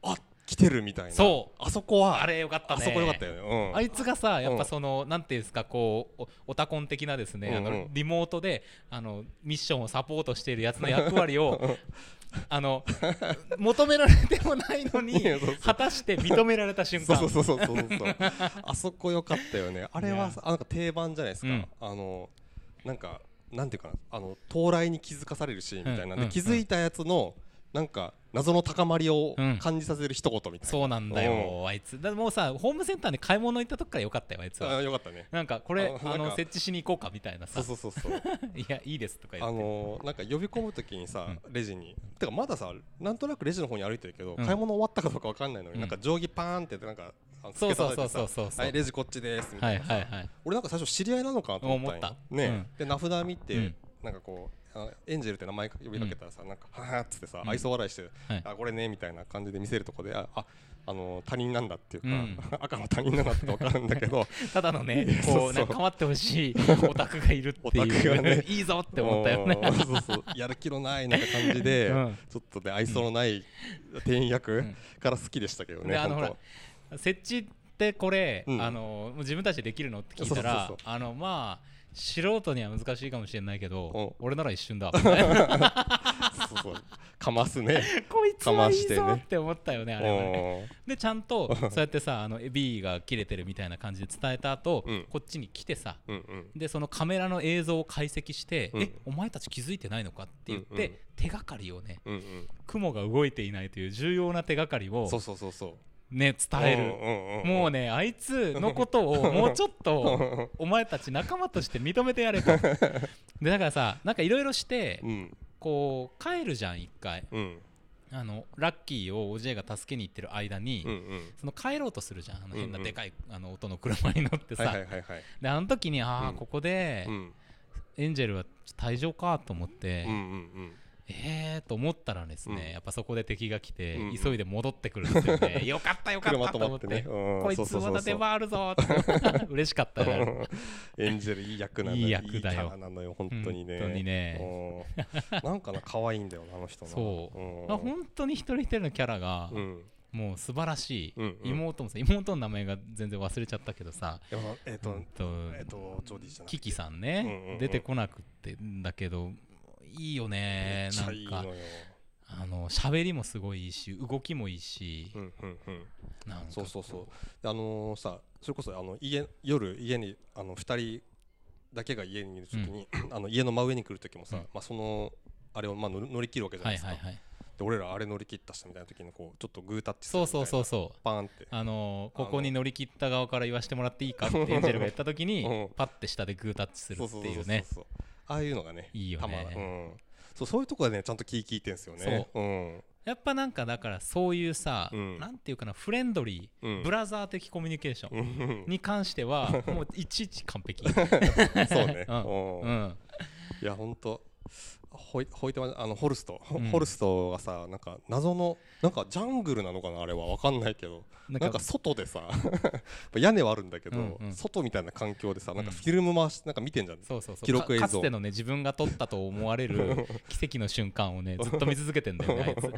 来てるみたいな。 そうあそこはあれよかったね。 あそこよかったよね、うん、 あいつがさやっぱその、うん、なんていうんですかこうオタコン的なですね、うんうん、あのリモートであのミッションをサポートしているやつの役割をあの求められてもないのに果たして認められた瞬間そうそうそうそうそうあそこよかったよね。あれはなんか定番じゃないですか、うん、あのなんかなんていうかなあの到来に気づかされるシーンみたいなんで、うんうんうん、気づいたやつのなんか謎の高まりを感じさせる一言みたいな、うん、 そうなんだよあいつだもうさホームセンターで買い物行ったとこからよかったよあいつは。 あよかったね。 なんかこれああの設置しに行こうかみたいなさそうそうそうそういやいいですとか言って、 あのー、なんか呼び込むときにさ、うん、レジにてかまださなんとなくレジの方に歩いてるけど、うん、買い物終わったかどうか分かんないのに、うん、なんか定規パーンってなんかそうそうそうそうそうはいレジこっちですみたいな、はいはいはい、俺なんか最初知り合いなのかなと思ったんよね、うん、で名札見て、うん、なんかこうエンジェルって名前呼びかけたらさ、うん、なんかははっつってさ、うん、愛想笑いして、はい、あこれねみたいな感じで見せるとこであああの他人なんだっていうか、うん、赤の他人なんだって分かるんだけどただのねこうなんか構ってほしいオタクがいるっていうね、いいぞって思ったよねそうそうやる気のないなんか感じで、うん、ちょっとね愛想のない店員役から好きでしたけどね、うん、 あのほら設置ってこれ、うん、あの自分たちでできるのって聞いたらそうそうそうあのまあ素人には難しいかもしれないけど俺なら一瞬だみたいなそうそうかますねこいつはいいぞって思ったよねあれはね。でちゃんとそうやってさあの B が切れてるみたいな感じで伝えた後、うん、こっちに来てさ、うんうん、でそのカメラの映像を解析して、うん、えお前たち気づいてないのかって言って、うんうん、手がかりをね、うんうん、雲が動いていないという重要な手がかりをそうそうそうそうね、伝える、うんうんうん、もうねあいつのことをもうちょっとお前たち仲間として認めてやれとでだからさなんかいろいろして、うん、こう帰るじゃん一回、うん、あのラッキーを オージェー が助けに行ってる間に、うんうん、その帰ろうとするじゃんあの変なでかい、うんうん、あの音の車に乗ってさ、はいはいはいはい、であの時にああ、うん、ここで、うん、エンジェルは退場かと思って、うんうんうんえーと思ったらですね、うん、やっぱそこで敵が来て、うんうん、急いで戻ってくるんですよねよかったよかったと思って、ねうん、こいつまだ出番あるぞって嬉しかったよエンジェルいい役なんだよいい役だよいいキャラなのよ本当にね本当にねなんかな可愛いんだよあの人のそう、うん、本当に一人一人のキャラが、うんもう素晴らしい、うんうん、妹もさ妹の名前が全然忘れちゃったけどさえっ、ー、とえっ、ー、とジョディじゃなくてキキさんね、うんうんうん、出てこなくってんだけどいいよねなんかいいのよあの喋りもすごいいいし動きもいいし、うんうんうん、なんかそうそうそうあのー、さそれこそあの家夜家にあのふたりだけが家にいる時に、うん、あの家の真上に来る時もさ、うんまあ、そのあれをまあ乗り切るわけじゃないですか、はいはいはい、で俺らあれ乗り切ったしたみたいな時にこうちょっとグータッチするみたいなそうそうそうそうパーンってあのー、ここに乗り切った側から言わせてもらっていいかってエンジェルが言った時に、うん、パッて下でグータッチするっていうねああいうのがねいいよねたま、うん、そうそういうところでねちゃんと気利いてんすよねそう、うん、 やっぱなんかだからそういうさ、うん、なんていうかなフレンドリー、うん、ブラザー的コミュニケーションに関してはもういちいち完璧そうね、 うんうん、 いやほんとほいほいてはあのホルスト、うん、ホルストがさなんか謎のなんかジャングルなのかなあれは分かんないけどなん か, なんか外でさ屋根はあるんだけど、うんうん、外みたいな環境でさなんかフィルム回しなんか見てんじゃん、 そうそうそう記録映像 か, かつてのね自分が撮ったと思われる奇跡の瞬間をねずっと見続けてんだよねあいつ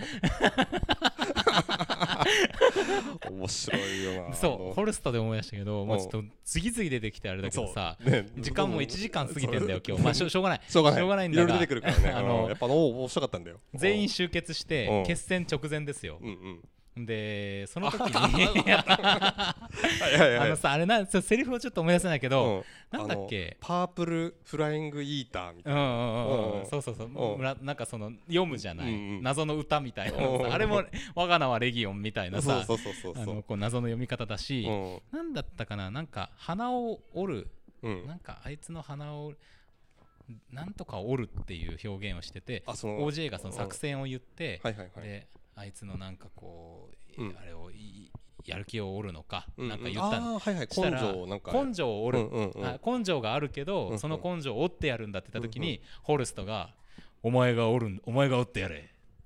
面白いよなそうホルストで思い出したけど、まあ、ちょっと次々出てきてあれだけどさ、ね、時間もいちじかん過ぎてんだよ今日まあしょ, しょうがないしょうがないしょうがないんだがいろいろ出てくるからねあのやっぱ面白かったんだよ全員集結して決戦直前ですよ、うんうんでその時にあのさあれなセリフをちょっと思い出せないけど、うん、なんだっけパープルフライングイーターみたいな、うんうんうん、そうそうそう、うん、なんかその読むじゃない、うんうん、謎の歌みたいなさあれも我が名はレギオンみたいなさ謎の読み方だし、うん、なんだったかななんか鼻を折る、うん、なんかあいつの鼻をなんとか折るっていう表現をしてて オージェー がその作戦を言って、うんはいはいはい、であいつのなんかこう、うん、あれをやる気を折るのか、うん、なんか言ったの、 はいはい、根性なんか根性を折る、うんうんうん、あ根性があるけど、うんうん、その根性を折ってやるんだって言った時に、うんうん、ホルストがお前が折るお前が折ってやれって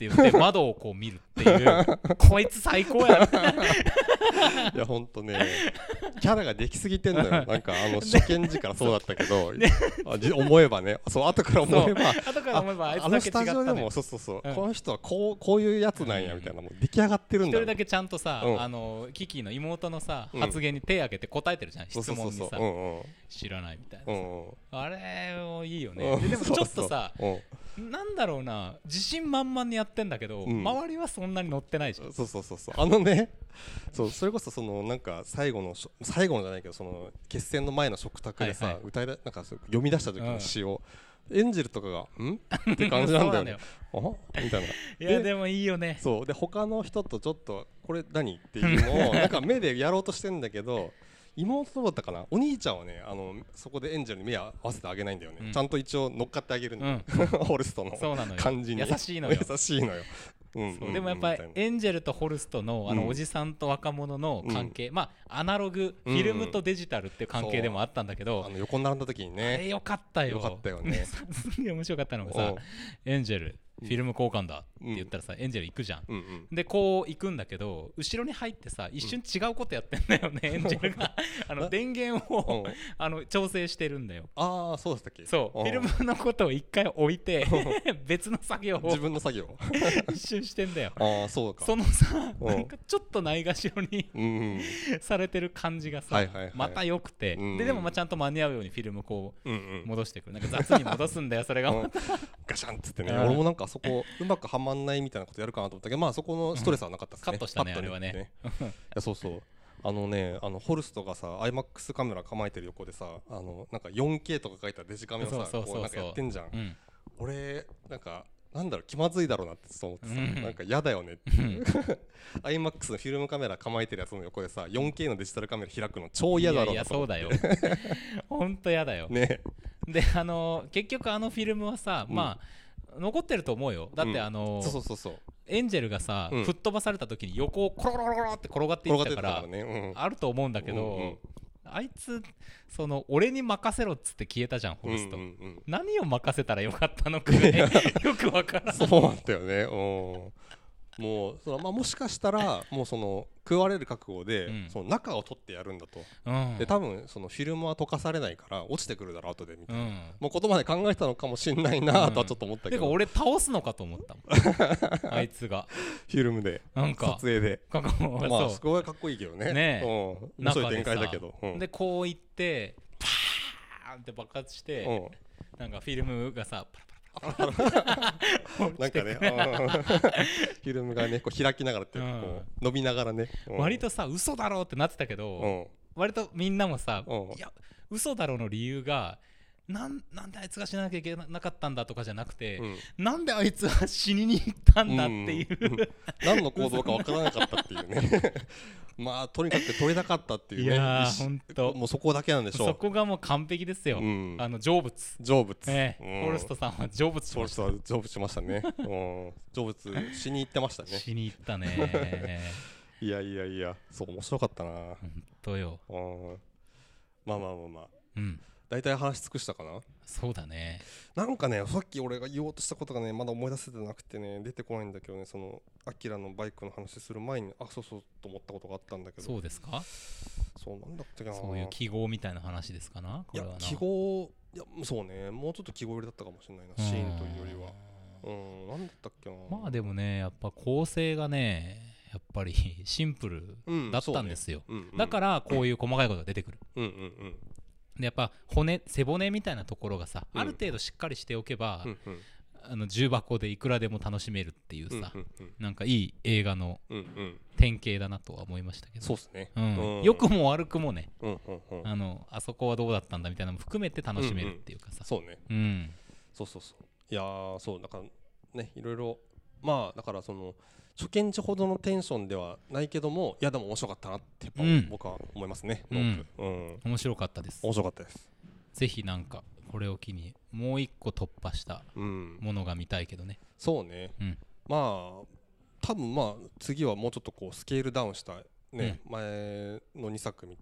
って言って窓をこう見るっていうこいつ最高やいやほんとねキャラができすぎてんのよなんかあの初見時からそうだったけど、ね、思えばねそう後から思えば後から思えばあいつだけ違ったね、 あのスタジオでもそうそうそう、うん、この人はこうこういうやつなんやみたいなもう出来上がってるんだ一人だけちゃんとさ、うん、あのキキの妹のさ、うん、発言に手を挙げて答えてるじゃん、質問にさ、そうそうそう、うんうん、知らないみたいな、うんうん、あれもいいよね、うん、で, でもちょっとさそうそう、うん、なんだろうな自信満々にやってんだけど、うん、周りはそんなに乗ってないじゃん。 そうそうそうそうあのねそうそれこそそのなんか最後の最後のじゃないけどその決戦の前の食卓でさ、はいはい、歌いだなんか読み出した時の詩を、うん、エンジェルとかがんって感じなんだよねあみたいな。いやでもいいよね。 そうで他の人とちょっとこれ何っていうのをなんか目でやろうとしてんだけど妹どうだったかな、お兄ちゃんはねあのそこでエンジェルに目を合わせてあげないんだよね、うん、ちゃんと一応乗っかってあげるんだよ、うん、ホルストの感じに優しいのよ優しいのようん、 そうでもやっぱりエンジェルとホルスト の, あのおじさんと若者の関係、うん、まあアナログフィルムとデジタルっていう関係でもあったんだけど、 あの横に並んだ時にねあれよかったよよかったよねすげえ面白かったのがさエンジェルフィルム交換だって言ったらさ、うん、エンジェル行くじゃん、うんうん、でこう行くんだけど後ろに入ってさ一瞬違うことやってんだよね、うん、エンジェルがあの電源をあの調整してるんだよ。 ああそうだったっけ。 そうフィルムのことを一回置いて別の作業を自分の作業一瞬してんだよ。 ああそうか。 そのさなんかちょっとないがしろにされてる感じがさ、はいはいはい、また良くて、うんうん、ででもまあちゃんと間に合うようにフィルムこう、うんうん、戻してくるなんか雑に戻すんだよそれがまたガシャンっつってね俺もなんかそこうまくはまんないみたいなことやるかなと思ったけどまあそこのストレスはなかったですね、 うん、カットしたねあれはねいやそうそうあのねあのホルストがさ アイマックス カメラ構えてる横でさあのなんか よんケー とか書いたデジカメをさこうなんかやってんじゃん、うん、俺なんかなんだろう気まずいだろうなって思ってさ、うん、なんか嫌だよねって、うん、アイマックス のフィルムカメラ構えてるやつの横でさ よんケー のデジタルカメラ開くの超嫌だろうなと思って。 いやいやそうだよほんと嫌だよ、 ね、 であの結局あのフィルムはさ、うん、まあ残ってると思うよ。だってあの、うん、そうそうそうそうエンジェルがさ、うん、吹っ飛ばされた時に横をコロロロロって転がっていったから、ねうん、あると思うんだけど、うんうん、あいつその俺に任せろっつって消えたじゃんホルスト、うんうんうん、何を任せたらよかったのかねよくわからない。 そうなんだよね。うんもうその、まあ、もしかしたらもうその食われる覚悟で、うん、その中を取ってやるんだと、うん、で多分そのフィルムは溶かされないから落ちてくるだろう後でみたいな、うん、もうことまで考えたのかもしれないなとはちょっと思ったけど、うん、てか俺倒すのかと思ったもんあいつがフィルムでなんか撮影でまあすごいかっこいいけどねねえ、うん、面白い展開だけど、 うん、でこういってパーンって爆発して、うん、なんかフィルムがさパラパラなんかねフィルムがねこう開きながらってこう伸びながらね、 うん、割とさ嘘だろうってなってたけど、うん、割とみんなもさ、うん、いや嘘だろうの理由がなんなんであいつが死ななきゃいけなかったんだとかじゃなくて、うん、なんであいつは死にに行ったんだっていう、うんうん、 何の行動かわからなかったっていうねまあとにかく撮りたかったっていうね。 いやーほんともうそこだけなんでしょう。 そこがもう完璧ですよ、うん、あの成仏成仏、 えーうん、ホルストさんは成仏しました。 ホルストは成仏しましたね、うん、成仏しに行ってましたねしに行ったねいやいやいやそう面白かったなほんとよ、 うん、まあまあまあまあ、 うん大体話し尽くしたかな。 そうだね。 なんかねさっき俺が言おうとしたことがねまだ思い出せてなくてね出てこないんだけどねそのアキラのバイクの話する前にあそうそうと思ったことがあったんだけど。 そうですか。 そうなんだったっけな。 そういう記号みたいな話ですかな。これはな。 いや記号いやそうねもうちょっと記号入れだったかもしれないなシーンというよりは。うんなんだったっけな。 まあでもねやっぱ構成がねやっぱりシンプルだったんですよ、うんねうんうん、だからこういう細かいことが出てくる、うんうんうんでやっぱ骨背骨みたいなところがさ、うん、ある程度しっかりしておけば、うんうん、あの重箱でいくらでも楽しめるっていうさ、うんうんうん、なんかいい映画の典型だなとは思いましたけど、 そうですね、 うんうん、良くも悪くもね、うんうんうん、あのあそこはどうだったんだみたいなのも含めて楽しめるっていうかさ、 うんうん、そうね、うん、そうそうそういやーそうだからねいろいろまあだからその初見時ほどのテンションではないけどもいやでも面白かったなってやっぱ僕は思いますね、 うん、うん、面白かったです面白かったです。 ぜひなんかこれを機にもう一個突破したものが見たいけどね、うん、 そうね、うん、まあ多分まあ次はもうちょっとこうスケールダウンしたね、うん、前のにさくみたいな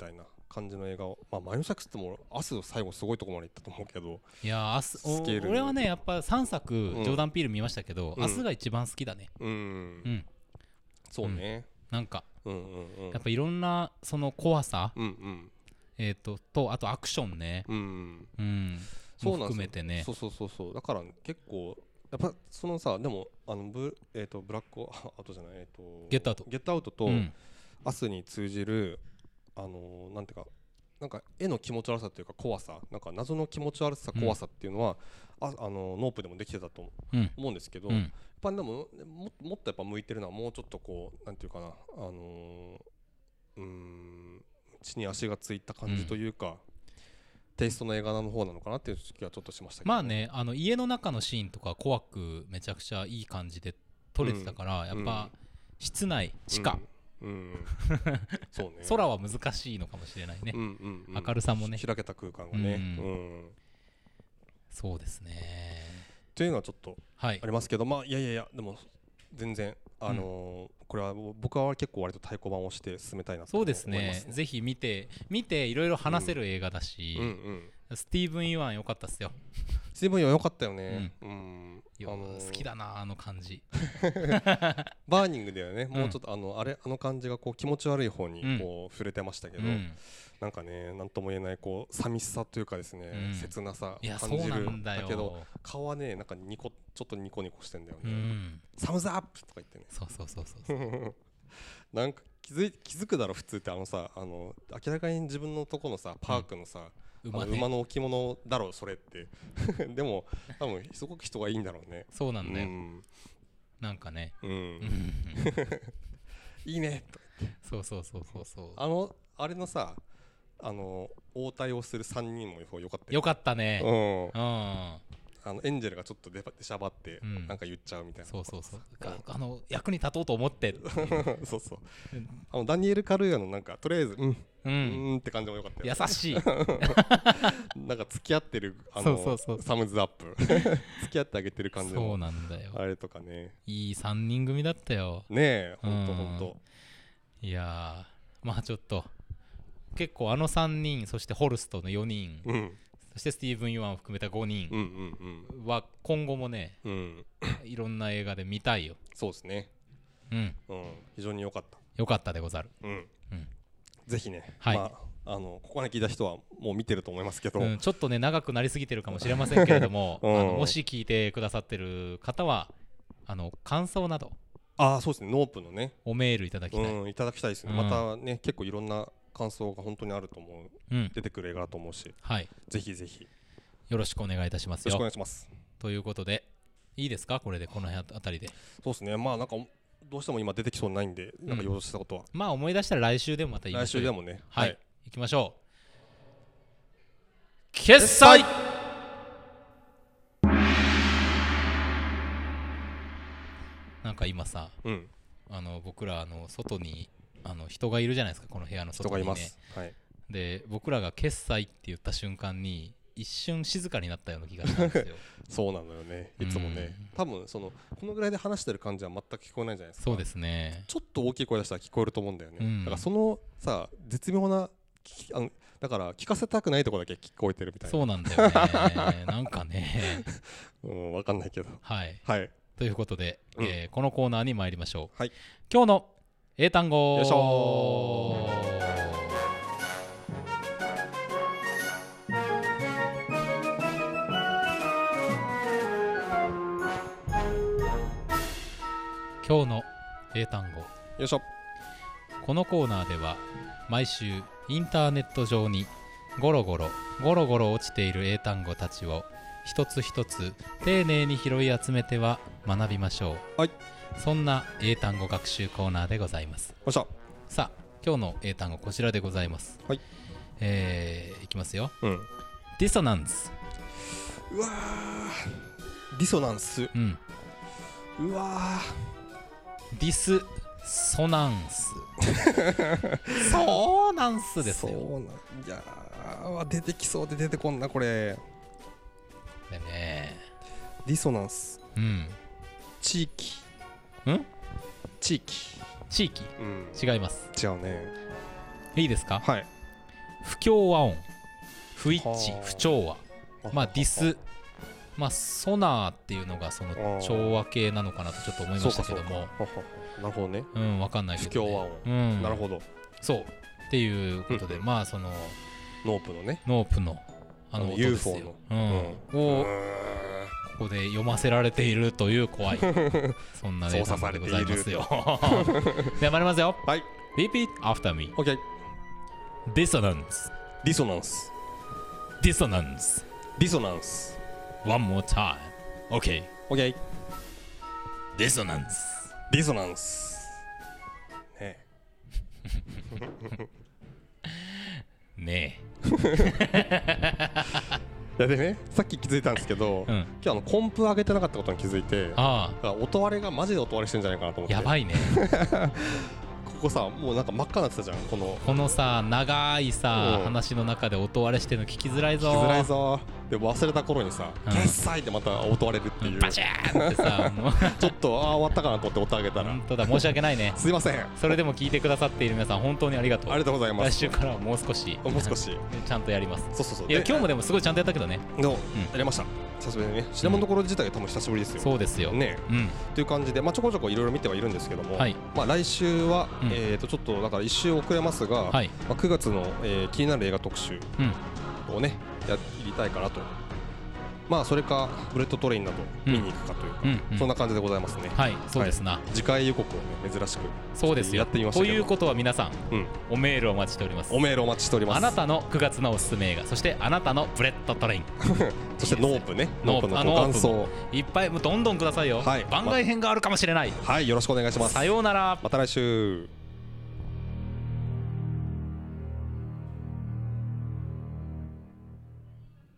感じの映画を、まあ、マイノシャクスってもアス最後すごいところまで行ったと思うけど、 いやアス俺はねやっぱさんさく、うん、ジョーダン・ピール見ましたけど、うん、アスが一番好きだね。 うん、うん、そうね、 うん、なんか、 うんうんうん、 やっぱいろんなその怖さ、 うんうん、 えー、ととあとアクションね、 うんうん、も含めてね。 そうそうそうそう、だから結構やっぱそのさ、でもあのブ、えー、とブラックアウトじゃない、えー、とゲットアウトゲットアウトと、うん、アスに通じるあのー、なんていうかなんか絵の気持ち悪さというか怖さ、なんか謎の気持ち悪さ怖さっていうのは、うん、ああのノープでもできてたと思うんですけど、うん、やっぱでも も, もっとやっぱ向いてるのはもうちょっとこうなんていうかな、あのー、うーん地に足がついた感じというか、うん、テイストの映画の方なのかなっていう気はちょっとしましたけど、ね、 まあね、あの家の中のシーンとか怖くめちゃくちゃいい感じで撮れてたから、うん、やっぱ、うん、室内地下、うんうんそうね、空は難しいのかもしれないね、うんうんうん、明るさもね開けた空間がね、うんうん、 そうですねというのはちょっとありますけど、はい、まあいやいやいやでも全然あのーうん、これは僕は結構割と太鼓判をして進めたいなと思いますね。 そうですね、ぜひ見て見ていろいろ話せる映画だし、うんうんうん、スティーブン・ユアン良かったっすよ。 スティーブン・ユアン良かったよね、うんうんあのー、好きだなあの感じバーニングではね、もうちょっとあのあれあの感じがこう気持ち悪い方にこう触れてましたけど、うん、なんかねなんとも言えないこう寂しさというかですね、うん、切なさ感じるんだけど、顔はねなんかニコちょっとニコニコしてんだよね、うん、サムズアップとか言ってね、 そうそうそうそうなんか気づい気づくだろ普通って、あのさあの明らかに自分のとこのさパークのさ、うん馬, ね、馬の置物だろうそれってでも多分すごく人がいいんだろうね。 そうなんだよ、うん、なんかね、うん、 いいねとそうそうそうそうそう、 あのあれのさあの応対をするさんにんもよかったよ。 よかったね、うん、うん、 あのエンジェルがちょっと出しゃばって、うん、なんか言っちゃうみたいな、 そうそうそう、あの役に立とうと思ってそうそうあのダニエル・カルーヤのなんかとりあえずうんうん、うんって感じもよかったよ、 ね、優しいなんか付き合ってるあのそうそうそうサムズアップ付き合ってあげてる感じのそうなんだよ、 あれとかね、 いいさんにん組だったよねえ、ほんとほんと。 いやーまあちょっと結構あのさんにん、そしてホルストのよにん、うん、そしてスティーブン・ユアンを含めたごにんは今後もね、うん、いろんな映画で見たいよ。 そうですね、うんうん、非常に良かった良かったでござる、 うんうん、ぜひね、はい、まあ、あのここまで聞いた人はもう見てると思いますけど、うん、 ちょっとね長くなりすぎてるかもしれませんけれども、うん、あのもし聞いてくださってる方はあの感想などあそうですねノープのねおメールいただきたい、 うん、いただきたいですね、うん、またね結構いろんな感想が本当にあると思う、うん、出てくる映画だと思うし、はい、ぜひぜひよろしくお願いいたしますよ。 よろしくお願いします。 ということでいいですかこれでこのあたりで。 そうですね、まあなんかどうしても今出てきそうにないんで、なんか言おうとしたことは、 うん、まあ思い出したら来週でもまた言いましょう。 来週でもね、 はい、はい、行きましょう。決済なんか今さ、うん、あの僕らあの外にあの人がいるじゃないですか、この部屋の外にね。人がいます、はい、で僕らが決済って言った瞬間に一瞬静かになったような気がしたんですよそうなのよね、いつもね、うん、多分そのこのぐらいで話してる感じは全く聞こえないじゃないですか。 そうですね、 ちょっと大きい声出したら聞こえると思うんだよね、うん、だからそのさ絶妙なあのだから聞かせたくないところだけ聞こえてるみたいな。 そうなんだよねなんかねうん分かんないけど、 はい、 はい、 ということで、うんえー、このコーナーに参りましょう、 はい、 今日の英単語。 よいしょ今日の英単語。 よいしょ。 このコーナーでは毎週インターネット上にゴロゴロゴロゴロ落ちている英単語たちを一つ一つ丁寧に拾い集めては学びましょう。 はい、 そんな英単語学習コーナーでございます。 よっしゃ。 さあ今日の英単語こちらでございます。 はい、 えー、いきますよ、うん、 ディソナンス。 うわーディソナンス、うん、うわディスソナンスそうなんすですよ。 そうなんいやー出てきそうで出てこんなこれでね。 ディソナンス、うん、地域ん地域地域、うん、違います。 違うね。 いいですか。 はい。 不協和音、不一致、不調和、まあディス、まあソナーっていうのがその調和系なのかなとちょっと思いましたけども。 なるほどね。 うん、わかんないけど、ね、 不協和音、うん、なるほど。 そうっていうことで、うん、まあそのノープのね、 ノープのあの ユーフォー の、うん、をここで読ませられているという怖いそんなデータでございますよ。では参りますよ。 はい。 Repeat after me. Okay. Dissonance. Dissonance. Dissonance. Dissonance. One more time. Okay. Okay. Dissonance. Dissonance. ねえ。 ねえ。いやでね、さっき気づいたんですけど、うん、今日あのコンプ上げてなかったことに気づいて、ああ、音割れがマジで音割れしてるんじゃないかなと思って。 やばいね。 ここさ、もうなんか真っ赤になってたじゃん、このこのさ長いさ、うん、話の中で音割れしてるの聞きづらいぞ。 聞きづらいぞ。で忘れた頃にさ、うん、決済でまた音割れるっていう、 バチャーンってさもうちょっとああ終わったかなと思って音上げたら、 本当だ、申し訳ないね。 すいません。 それでも聞いてくださっている皆さん本当にありがとう。 ありがとうございます。 来週からはもう少しもう少しちゃんとやります。 そうそうそう。 いや今日もでもすごいちゃんとやったけどね。 どう、うん、やりました。久しぶりにね。シナモンどころ自体が多分久しぶりですよ。 そうですよね。うん。という感じで、まあちょこちょこいろいろ見てはいるんですけども、はい、まあ来週は、うん、えっとちょっとだから一週遅れますが、はい、まあくがつの、えー、気になる映画特集をね、やりたいかなと。まあそれかブレッドトレインなど見に行くかというか、うんうんうん、そんな感じでございますね。 はい、そうですな、 はい、次回予告をね珍しくそうですよやってみましたけど。 ということは皆さん、うん、おメールをお待ちしております。 おメールお待ちしております。 あなたのくがつのおすすめ映画、そしてあなたのブレッドトレインそしてノープね、ノープのご感想いっぱいもうどんどんくださいよ。はい、番外編があるかもしれない。 はい、よろしくお願いします。 さようなら。 また来週。